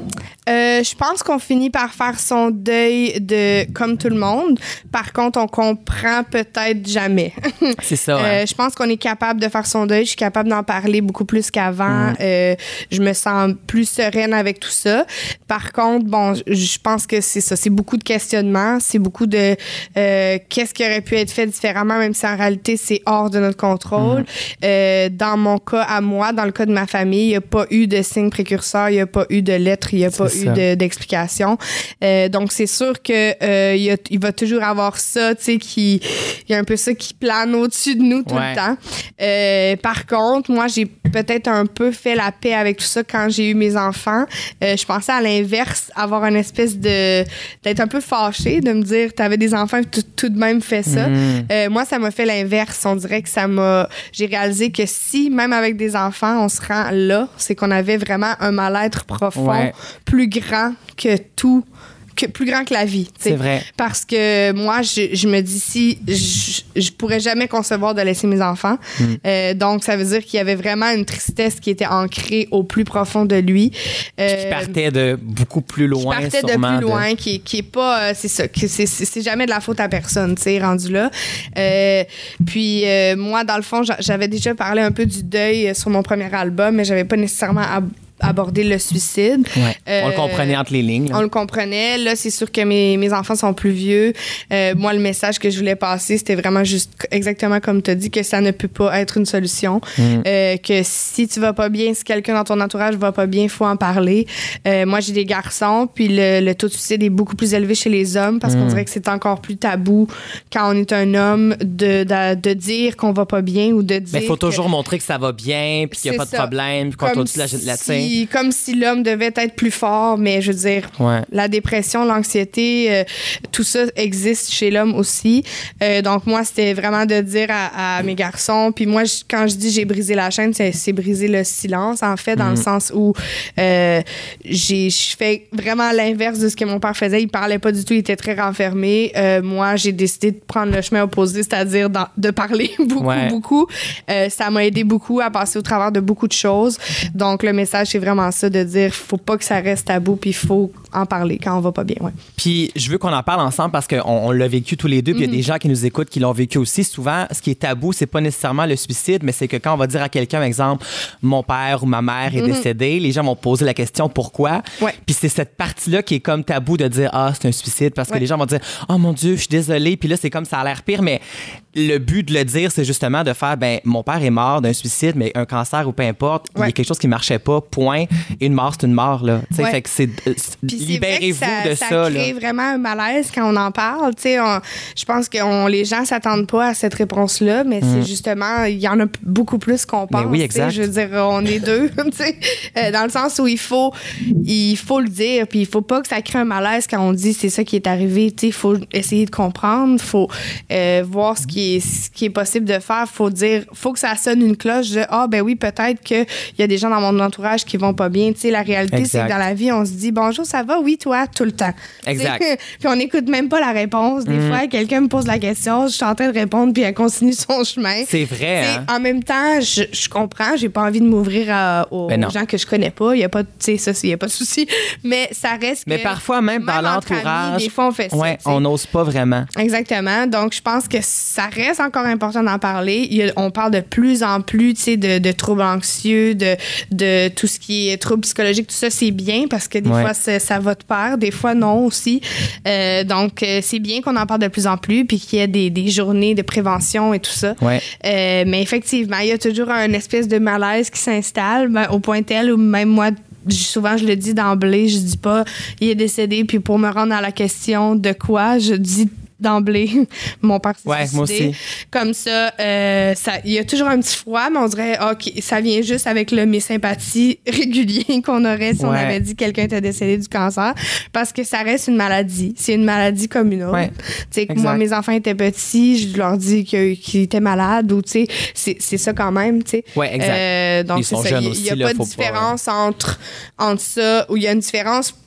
Euh, je pense qu'on finit par faire son deuil de comme tout le monde. Par contre, on comprend peut-être jamais. C'est ça. Hein? Euh, je pense qu'on est capable de faire son deuil. Je suis capable d'en parler beaucoup plus qu'avant. Mm. Euh, je me sens plus sereine avec tout ça. Par contre, bon, je pense que c'est ça. C'est beaucoup de questionnements. C'est beaucoup de euh, qu'est-ce qui aurait pu être fait différemment, même si en réalité, c'est hors de notre contrôle. Mm. Euh, dans mon cas, à moi, dans le cas de ma famille, il n'y a pas eu de signes précurseurs, il n'y a pas eu de lettres, il n'y a c'est pas ça. eu de, d'explications. Euh, donc, c'est sûr que euh, il, y a, il va toujours avoir ça, tu sais, qui, il y a un peu ça qui plane au-dessus de nous tout ouais. le temps. Euh, par contre, moi, j'ai peut-être un peu fait la paix avec tout ça quand j'ai eu mes enfants. Euh, je pensais à l'inverse, avoir une espèce de... d'être un peu fâchée, de me dire, t'avais des enfants et tu tout de même fait ça. Mm. Euh, moi, ça m'a fait l'inverse. On dirait que ça m'a... J'ai réalisé que si, même avec des enfants, on se rend là, c'est qu'on avait vraiment un mal-être profond, ouais. plus grand que tout, que, plus grand que la vie. T'sais. C'est vrai. Parce que moi, je, je me dis, si je, je pourrais jamais concevoir de laisser mes enfants. Mm. Euh, donc, ça veut dire qu'il y avait vraiment une tristesse qui était ancrée au plus profond de lui. Euh, qui partait de beaucoup plus loin, qui partait sûrement, de plus loin, de... qui, qui est pas... Euh, c'est ça, que c'est, c'est, c'est jamais de la faute à personne, tu sais, rendu là. Euh, puis, euh, moi, dans le fond, j'avais déjà parlé un peu du deuil sur mon premier album, mais j'avais pas nécessairement... Ab- aborder le suicide. Ouais. Euh, on le comprenait entre les lignes. Là. On le comprenait. Là, c'est sûr que mes, mes enfants sont plus vieux. Euh, moi, le message que je voulais passer, c'était vraiment juste exactement comme tu as dit, que ça ne peut pas être une solution. Mm. Euh, que si tu vas pas bien, si quelqu'un dans ton entourage va pas bien, il faut en parler. Euh, moi, j'ai des garçons, puis le, le taux de suicide est beaucoup plus élevé chez les hommes parce mm. qu'on dirait que c'est encore plus tabou quand on est un homme de, de, de dire qu'on va pas bien ou de dire... Mais il faut toujours que, montrer que ça va bien, puis qu'il n'y a pas ça. de problème, puis qu'on continue la, la si, comme si l'homme devait être plus fort, mais je veux dire, ouais. la dépression, l'anxiété, euh, tout ça existe chez l'homme aussi. Euh, donc, moi, c'était vraiment de dire à, à mes garçons, puis moi, je, quand je dis j'ai brisé la chaîne, c'est, c'est briser le silence, en fait, dans mm. le sens où euh, j'ai, je fais vraiment l'inverse de ce que mon père faisait. Il parlait pas du tout, il était très renfermé. Euh, moi, j'ai décidé de prendre le chemin opposé, c'est-à-dire dans, de parler beaucoup, ouais. beaucoup. Euh, ça m'a aidé beaucoup à passer au travers de beaucoup de choses. Donc, le message, c'est vraiment ça, de dire faut pas que ça reste tabou, puis il faut en parler quand on va pas bien. Ouais. Puis je veux qu'on en parle ensemble parce qu'on on l'a vécu tous les deux, puis il mm-hmm. y a des gens qui nous écoutent qui l'ont vécu aussi. Souvent, ce qui est tabou, c'est pas nécessairement le suicide, mais c'est que quand on va dire à quelqu'un, exemple, mon père ou ma mère est mm-hmm. décédé, les gens vont poser la question pourquoi. Ouais. Puis c'est cette partie-là qui est comme tabou de dire ah, c'est un suicide, parce que ouais. les gens vont dire oh mon Dieu, je suis désolée, puis là, c'est comme ça a l'air pire, mais le but de le dire, c'est justement de faire ben mon père est mort d'un suicide, mais un cancer ou peu importe, ouais. il y a quelque chose qui marchait pas, point. Et une mort, c'est une mort, là. Ouais. Fait que c'est, c'est libérez-vous ça, de ça. Ça, ça crée là. Vraiment un malaise quand on en parle. On, je pense que on, les gens s'attendent pas à cette réponse-là, mais mm. c'est justement, il y en a beaucoup plus qu'on pense. Mais oui, exact. Je veux dire, on est deux, euh, dans le sens où il faut, il faut le dire, puis il faut pas que ça crée un malaise quand on dit c'est ça qui est arrivé. Il faut essayer de comprendre, il faut euh, voir ce qui est, ce qui est possible de faire. Il faut dire, faut que ça sonne une cloche de ah, ben oui, peut-être qu'il y a des gens dans mon entourage qui vont pas bien. T'sais, la réalité, exact. C'est que dans la vie, on se dit bonjour, ça va? Oui, toi, tout le temps. Exact. T'sais, puis on n'écoute même pas la réponse. Des mm. fois, quelqu'un me pose la question, je suis en train de répondre, puis elle continue son chemin. C'est vrai. Hein? En même temps, je, je comprends, j'ai pas envie de m'ouvrir à, aux ben gens que je connais pas. Il y a pas, tu sais, ça, il y a pas de souci. Mais ça reste que. Mais parfois, même, même dans l'entourage. Amis, des fois, on fait ça. Ouais, on n'ose pas vraiment. Exactement. Donc, je pense que ça reste encore important d'en parler. Il y a, on parle de plus en plus, tu sais, de, de troubles anxieux, de, de tout ce qui est troubles psychologiques, tout ça, c'est bien parce que des ouais. fois, ça va de pair, des fois, non aussi. Euh, donc, euh, c'est bien qu'on en parle de plus en plus puis qu'il y ait des, des journées de prévention et tout ça. Ouais. Euh, mais effectivement, il y a toujours un espèce de malaise qui s'installe ben, au point tel où même moi, souvent, je le dis d'emblée, je dis pas il est décédé, puis pour me rendre à la question de quoi, je dis d'emblée, mon père s'est ouais, suicidé. Moi aussi. Comme ça, euh, ça, il y a toujours un petit froid, mais on dirait, OK, ça vient juste avec le mes sympathies réguliers qu'on aurait si ouais. on avait dit que quelqu'un était décédé du cancer, parce que ça reste une maladie. C'est une maladie comme une autre. Ouais. Tu sais, moi, mes enfants étaient petits, je leur dis que, qu'ils étaient malades, ou tu sais, c'est, c'est ça quand même, tu sais. Oui, exact. Euh, donc, ils c'est sont ça. jeunes Il aussi. n'y a là, pas de différence pas... entre, entre ça, où il y a une différence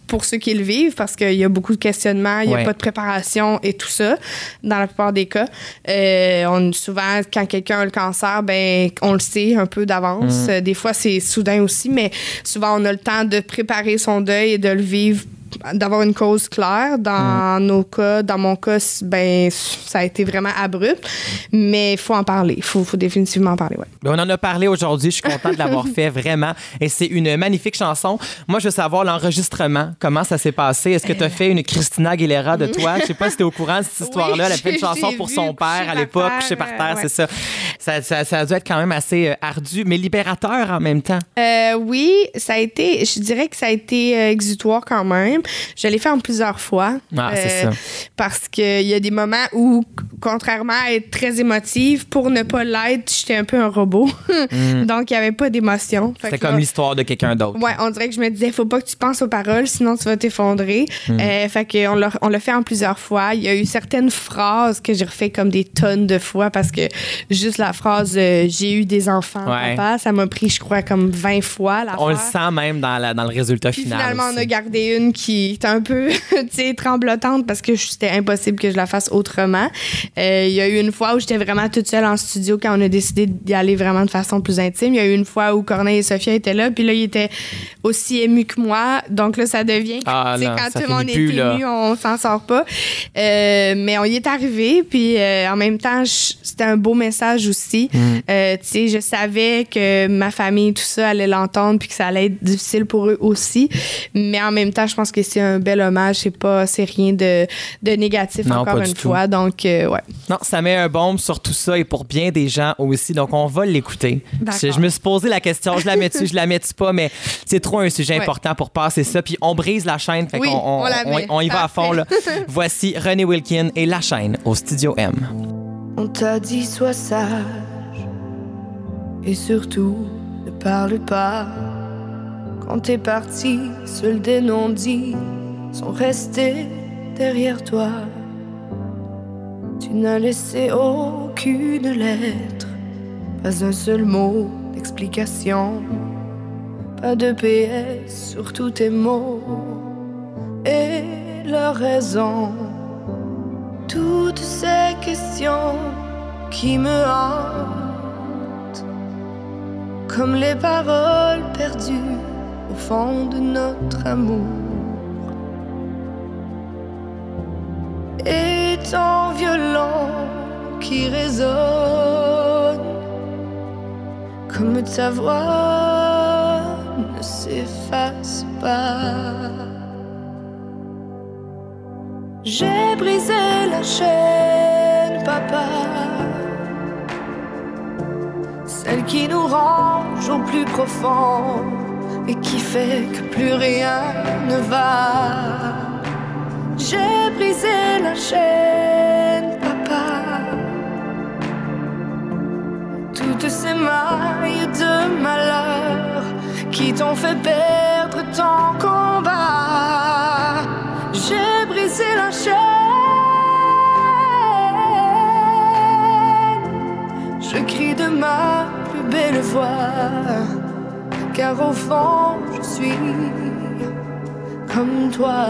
pour ceux qui le vivent, parce qu'il y a beaucoup de questionnements, il n'y a ouais. pas de préparation et tout ça, dans la plupart des cas. Euh, on, souvent, quand quelqu'un a le cancer, ben, on le sait un peu d'avance. Mm. Des fois, c'est soudain aussi, mais souvent, on a le temps de préparer son deuil et de le vivre, d'avoir une cause claire. Dans mm. nos cas, dans mon cas, ben, ça a été vraiment abrupt, mais il faut en parler. Il faut, faut définitivement en parler, ouais. On en a parlé aujourd'hui. Je suis contente de l'avoir fait, vraiment. Et c'est une magnifique chanson. Moi, je veux savoir l'enregistrement. Comment ça s'est passé? Est-ce que tu as fait une Christina Aguilera de toi? Je sais pas si tu es au courant de cette histoire-là. Oui, Elle a fait une chanson pour son père à l'époque, couché par terre, ouais. c'est ça. Ça, ça. Ça a dû être quand même assez euh, ardu, mais libérateur en même temps. Euh, oui, ça a été, je dirais que ça a été euh, exutoire quand même. Je l'ai fait en plusieurs fois. Ah, c'est euh, ça. Parce qu'il y a des moments où, contrairement à être très émotive, pour ne pas l'être, j'étais un peu un robot. Mm. Donc, il n'y avait pas d'émotion. C'était comme là, l'histoire de quelqu'un d'autre. Ouais, on dirait que je me disais, faut pas que tu penses aux paroles, sinon tu vas t'effondrer. Mm. Euh, fait qu'on l'a, on l'a fait en plusieurs fois. Il y a eu certaines phrases que j'ai refait comme des tonnes de fois parce que juste la phrase euh, j'ai eu des enfants, ouais. papa, ça m'a pris, je crois, comme vingt fois. L'affaire. On le sent même dans, la, dans le résultat Puis final. Finalement, aussi. on a gardé une qui était un peu tremblotante parce que c'était impossible que je la fasse autrement. Euh, il y a eu une fois où j'étais vraiment toute seule en studio quand on a décidé d'y aller vraiment de façon plus intime. Il y a eu une fois où Corneille et Sophia étaient là, puis là, ils étaient aussi émus que moi. Donc là, ça devient ah, non, quand ça tout le monde est plus, ému, là. on s'en sort pas. Euh, mais on y est arrivé, puis euh, en même temps, je, c'était un beau message aussi. Mm. Euh, tu sais, je savais que ma famille, tout ça, allait l'entendre, puis que ça allait être difficile pour eux aussi. Mais en même temps, je pense que c'est un bel hommage. C'est pas, c'est rien de, de négatif, non, encore une fois. Tout. Donc, euh, ouais. Non, ça met un baume sur tout ça et pour bien des gens aussi. Donc, on va l'écouter. Je, je me suis posé la question, je la mets-tu, je la mets-tu pas, mais c'est trop un sujet ouais. important pour passer ça. Puis on brise la chaîne, fait oui, qu'on on, on, la on, on y va à fond. Là. Voici René Wilkin et La Chaîne au Studio M. On t'a dit sois sage et surtout ne parle pas. Quand t'es parti, seuls des non-dits sont restés derrière toi. Tu n'as laissé aucune lettre, pas un seul mot d'explication, pas de P S sur tous tes mots et leur raison. Toutes ces questions qui me hantent, comme les paroles perdues au fond de notre amour. Et ton violon qui résonne comme ta voix ne s'efface pas. J'ai brisé la chaîne, papa, celle qui nous range au plus profond et qui fait que plus rien ne va. J'ai brisé la chaîne, papa, toutes ces mailles de malheur qui t'ont fait perdre ton combat. J'ai brisé la chaîne, je crie de ma plus belle voix, car au fond je suis comme toi.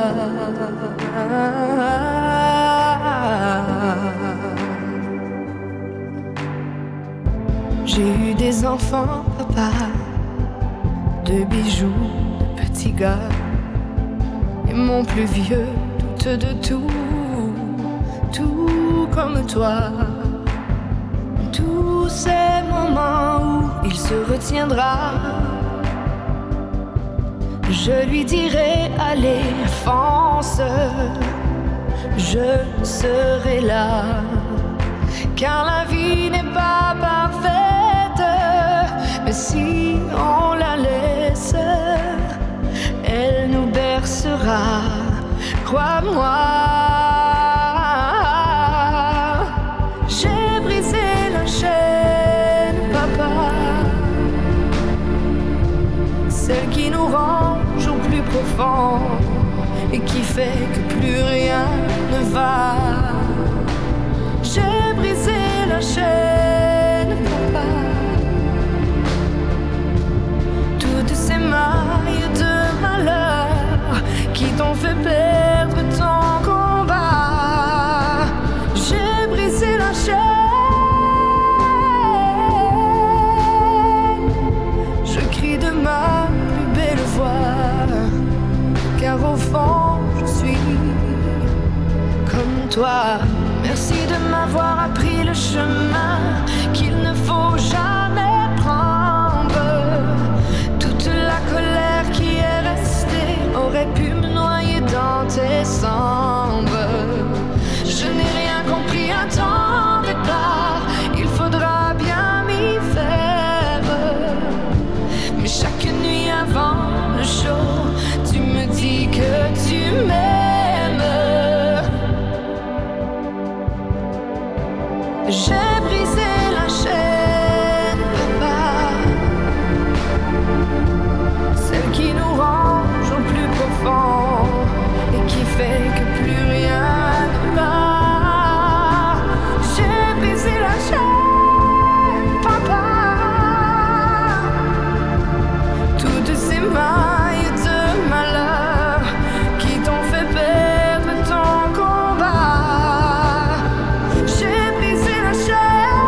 J'ai eu des enfants, papa, de bijoux, de petits gars, et mon plus vieux doute de tout, tout comme toi. Tous ces moments où il se retiendra, je lui dirai allez, fonce, je serai là, car la vie n'est pas parfaite, mais si on la laisse, elle nous bercera, crois-moi. J'ai brisé la chaîne, papa, celle qui nous range au plus profond et qui fait que plus rien ne va. J'ai brisé la chaîne, papa, toutes ces mailles de malheur qui t'ont fait perdre ton combat. J'ai brisé la chaîne, je crie de ma plus belle voix, car au fond je suis comme toi. Merci de m'avoir appris le chemin qu'il ne faut jamais prendre. Toute la colère qui est restée aurait pu me noyer dans tes cendres. Je n'ai rien compris à ton départ, il faudra bien m'y faire. Mais chaque nuit avant le jour, tu me dis que tu m'aimes. J'ai brisé la chaîne, papa, celle qui nous range au plus profond et qui fait que plus rien ne va. J'ai brisé la chaîne, papa, toutes ces mailles de malheur qui t'ont fait perdre ton combat. J'ai brisé la chaîne,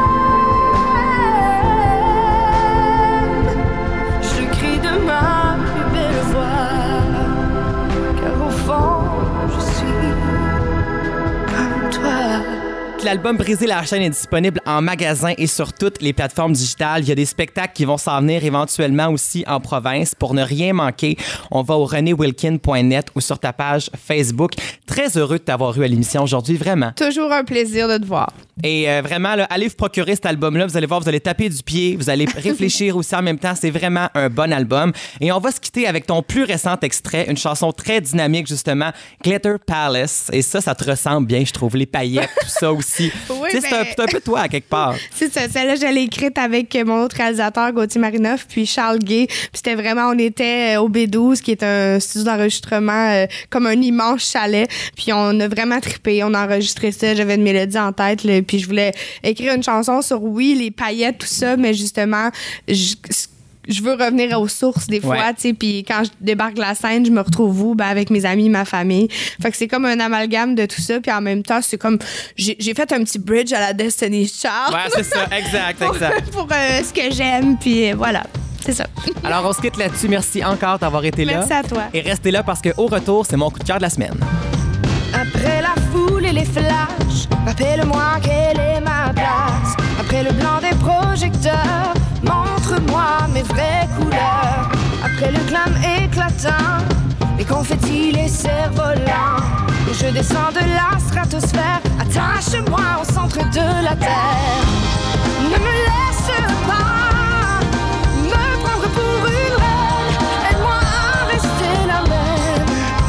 je crie de ma plus belle voix, car au fond je suis comme toi. L'album Briser la chaîne est disponible en magasin et sur toutes les plateformes digitales. Il y a des spectacles qui vont s'en venir éventuellement aussi en province. Pour ne rien manquer, on va au rené wilkin point net ou sur ta page Facebook. Très heureux de t'avoir eu à l'émission aujourd'hui, vraiment. Toujours un plaisir de te voir. Et euh, vraiment, là, allez vous procurer cet album-là. Vous allez voir, vous allez taper du pied, vous allez réfléchir aussi en même temps. C'est vraiment un bon album. Et on va se quitter avec ton plus récent extrait, une chanson très dynamique, justement, Glitter Palace. Et ça, ça te ressemble bien, je trouve, les paillettes, tout ça aussi. Oui, tu sais, c'est, ben... un, c'est un peu toi, à quelque part. C'est ça. Celle-là, je l'ai écrite avec mon autre réalisateur, Gauthier Marinoff, puis Charles Gay. Puis c'était vraiment, on était au B douze, qui est un studio d'enregistrement euh, comme un immense chalet. Puis on a vraiment trippé. On a enregistré ça. J'avais une mélodie en tête, là, puis je voulais écrire une chanson sur, oui, les paillettes, tout ça, mais justement, je, je veux revenir aux sources des fois, ouais. tu sais, puis quand je débarque la scène, je me retrouve où? Ben, avec mes amis, ma famille. Fait que c'est comme un amalgame de tout ça, puis en même temps, c'est comme, j'ai, j'ai fait un petit bridge à la Destiny's Child. Ouais, c'est ça, exact, exact. pour pour euh, ce que j'aime, puis voilà. C'est ça. Alors, on se quitte là-dessus. Merci encore d'avoir été là. Merci à toi. Et restez là parce qu'au retour, c'est mon coup de cœur de la semaine. Après la foule et les flashs, rappelle-moi quelle est ma place. Après le blanc des projecteurs, montre-moi mes vraies couleurs. Après le glam éclatant, les confettis, les cerfs-volants, et je descends de la stratosphère, attache-moi au centre de la terre. Ne me laisse pas me prendre pour une reine, aide-moi à rester la même.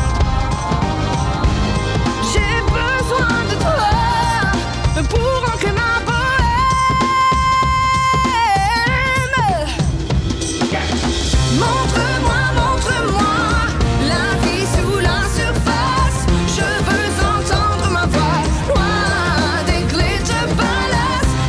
J'ai besoin de toi pour ancrer ma montre-moi, montre-moi la vie sous la surface. Je veux entendre ma voix loin des glitter palaces.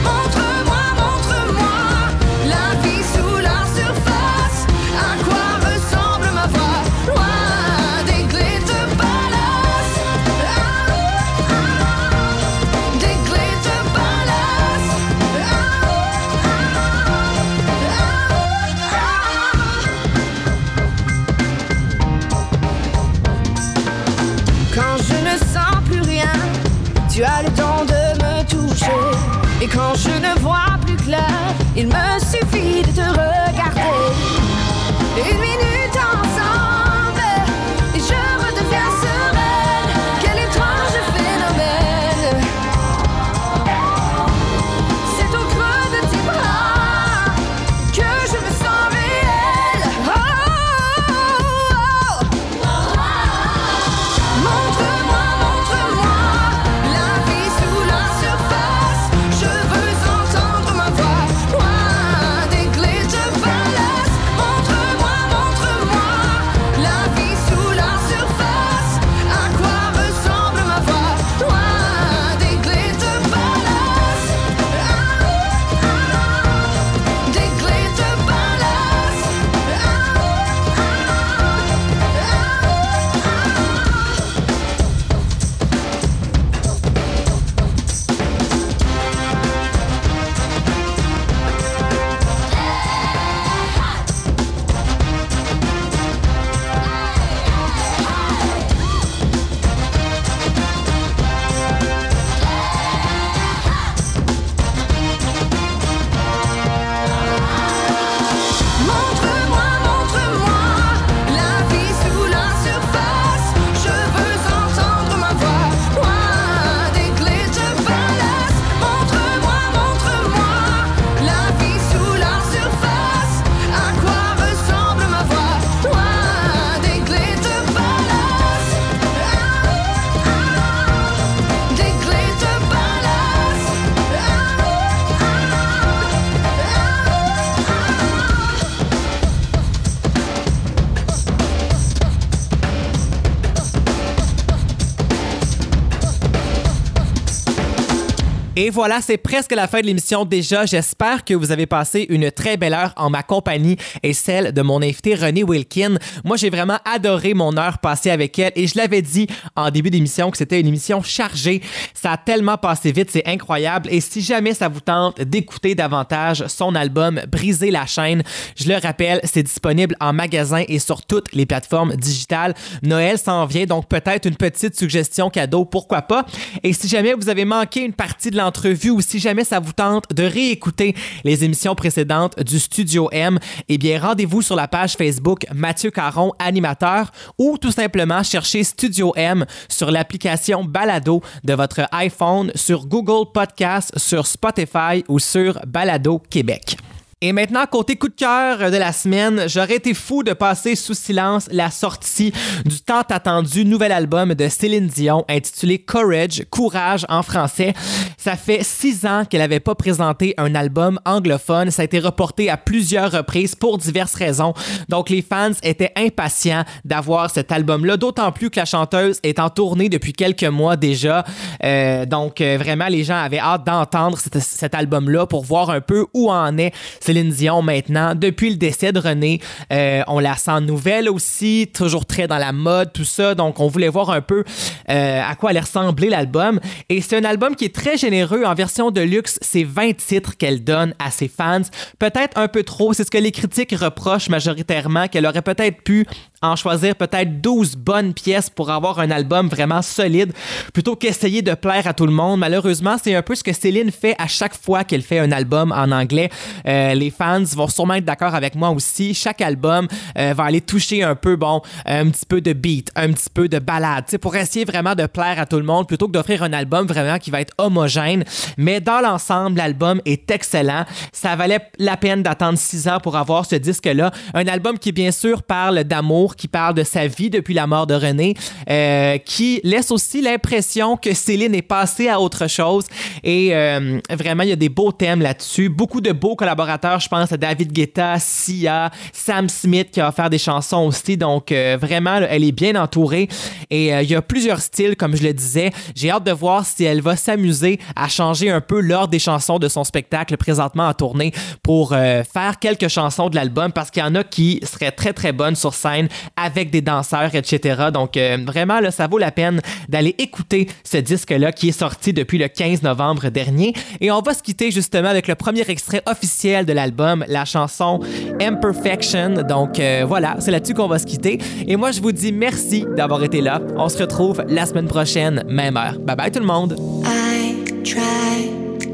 Et voilà, c'est presque la fin de l'émission déjà. J'espère que vous avez passé une très belle heure en ma compagnie et celle de mon invité Renée Wilkin. Moi, j'ai vraiment adoré mon heure passée avec elle et je l'avais dit en début d'émission que c'était une émission chargée. Ça a tellement passé vite, c'est incroyable. Et si jamais ça vous tente d'écouter davantage son album Briser la chaîne, je le rappelle, c'est disponible en magasin et sur toutes les plateformes digitales. Noël s'en vient, donc peut-être une petite suggestion cadeau, pourquoi pas. Et si jamais vous avez manqué une partie de l'entrevue ou si jamais ça vous tente de réécouter les émissions précédentes du Studio M, eh bien, rendez-vous sur la page Facebook Mathieu Caron, animateur, ou tout simplement chercher Studio M sur l'application Balado de votre iPhone, sur Google Podcasts, sur Spotify ou sur Balado Québec. Et maintenant, côté coup de cœur de la semaine, j'aurais été fou de passer sous silence la sortie du tant attendu nouvel album de Céline Dion intitulé Courage, Courage en français. Ça fait six ans qu'elle n'avait pas présenté un album anglophone. Ça a été reporté à plusieurs reprises pour diverses raisons. Donc, les fans étaient impatients d'avoir cet album-là, d'autant plus que la chanteuse est en tournée depuis quelques mois déjà. Euh, donc, euh, vraiment, les gens avaient hâte d'entendre cet, cet album-là pour voir un peu où en est Céline Dion maintenant, depuis le décès de René. Euh, on la sent nouvelle aussi, toujours très dans la mode, tout ça. Donc, on voulait voir un peu euh, à quoi allait ressembler l'album. Et c'est un album qui est très généreux. En version de luxe, c'est vingt titres qu'elle donne à ses fans. Peut-être un peu trop. C'est ce que les critiques reprochent majoritairement, qu'elle aurait peut-être pu en choisir peut-être douze bonnes pièces pour avoir un album vraiment solide, plutôt qu'essayer de plaire à tout le monde. Malheureusement, c'est un peu ce que Céline fait à chaque fois qu'elle fait un album en anglais. Euh, les fans vont sûrement être d'accord avec moi aussi. Chaque album euh, va aller toucher un peu, bon, un petit peu de beat, un petit peu de ballade, tu sais, pour essayer vraiment de plaire à tout le monde, plutôt que d'offrir un album vraiment qui va être homogène. Mais dans l'ensemble, l'album est excellent. Ça valait la peine d'attendre six ans pour avoir ce disque-là. Un album qui, bien sûr, parle d'amour, qui parle de sa vie depuis la mort de René, euh, qui laisse aussi l'impression que Céline est passée à autre chose. Et euh, vraiment, il y a des beaux thèmes là-dessus. Beaucoup de beaux collaborateurs. Je pense à David Guetta, Sia, Sam Smith qui va faire des chansons aussi. Donc, euh, vraiment, là, elle est bien entourée. Et euh, il y a plusieurs styles, comme je le disais. J'ai hâte de voir si elle va s'amuser à changer un peu l'ordre des chansons de son spectacle présentement en tournée pour euh, faire quelques chansons de l'album, parce qu'il y en a qui seraient très, très bonnes sur scène avec des danseurs, et cetera. Donc, euh, vraiment, là, ça vaut la peine d'aller écouter ce disque-là qui est sorti depuis le quinze novembre dernier. Et on va se quitter justement avec le premier extrait officiel de l'album, la chanson Imperfection. Donc, euh, voilà, c'est là-dessus qu'on va se quitter. Et moi, je vous dis merci d'avoir été là. On se retrouve la semaine prochaine, même heure. Bye bye tout le monde! I try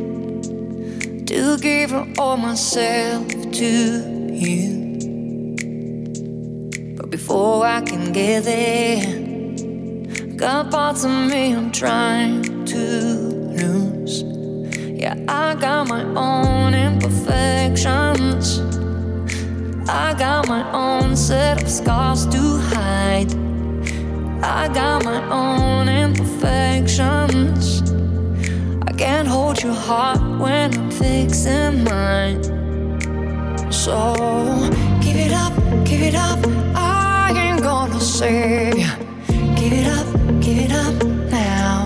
to give all myself to you. Before I can get there, got parts of me I'm trying to lose. Yeah, I got my own imperfections. I got my own set of scars to hide. I got my own imperfections. I can't hold your heart when I'm fixing mine. So give it up, give it up. I ain't gonna save you. Give it up, give it up now.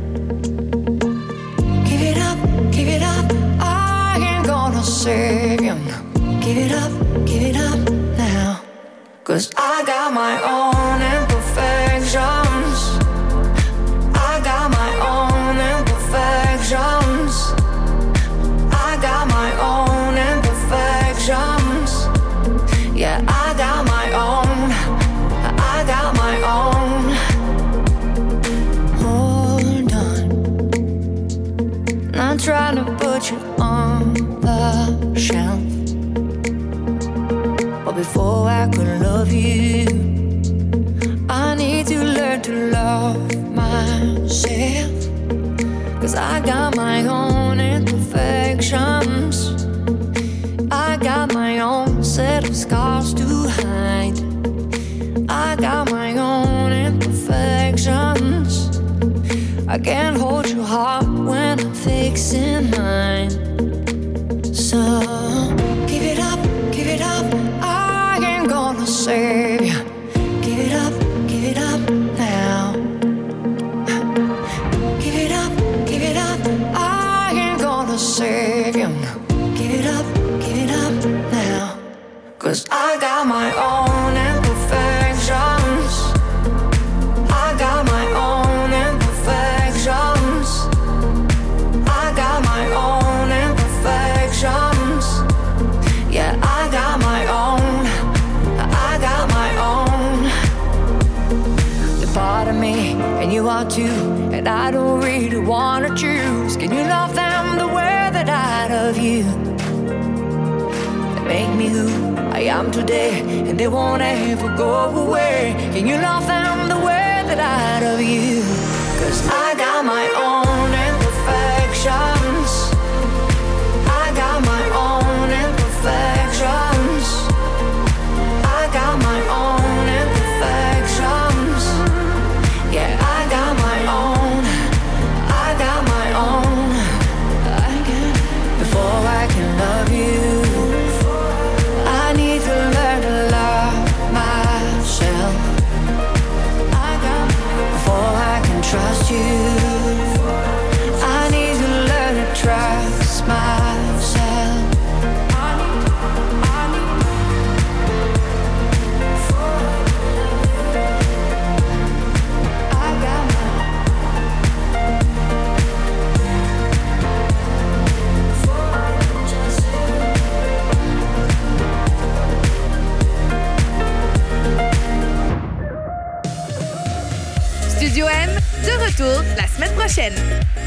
Give it up, give it up. I ain't gonna save you. Give it up, give it up now. Cause I got my own imperfections. I got my own imperfections. I got my own imperfections. Yeah, I got my own. I got my own. Hold on. Not trying to put you on the shelf, but before I could love you, I need to learn to love myself. Cause I got my own imperfections. I got my own set of scars to hide. I got my own imperfections. I can't hold your heart when I'm fixing mine. So give it up, give it up. I ain't gonna save you. Give it up, give it up now. Give it up, give it up. I 'Cause I got my own imperfections. I got my own imperfections. I got my own imperfections. Yeah, I got my own. I got my own. The part of me, and you are too, and I don't really wanna choose. Can you love them the way that I love you? They make me who I am today, and they won't ever go away. Can you love them the way that I love you? 'Cause I got my own imperfections. I got my own imperfections. I got my own imperfections. Yeah, I got my own. I got my own. I can, before I can love you, I need to learn to love myself. I got, before I can trust you, I need to learn to trust myself. I need, I need, I got my Studio M, de retour la semaine prochaine.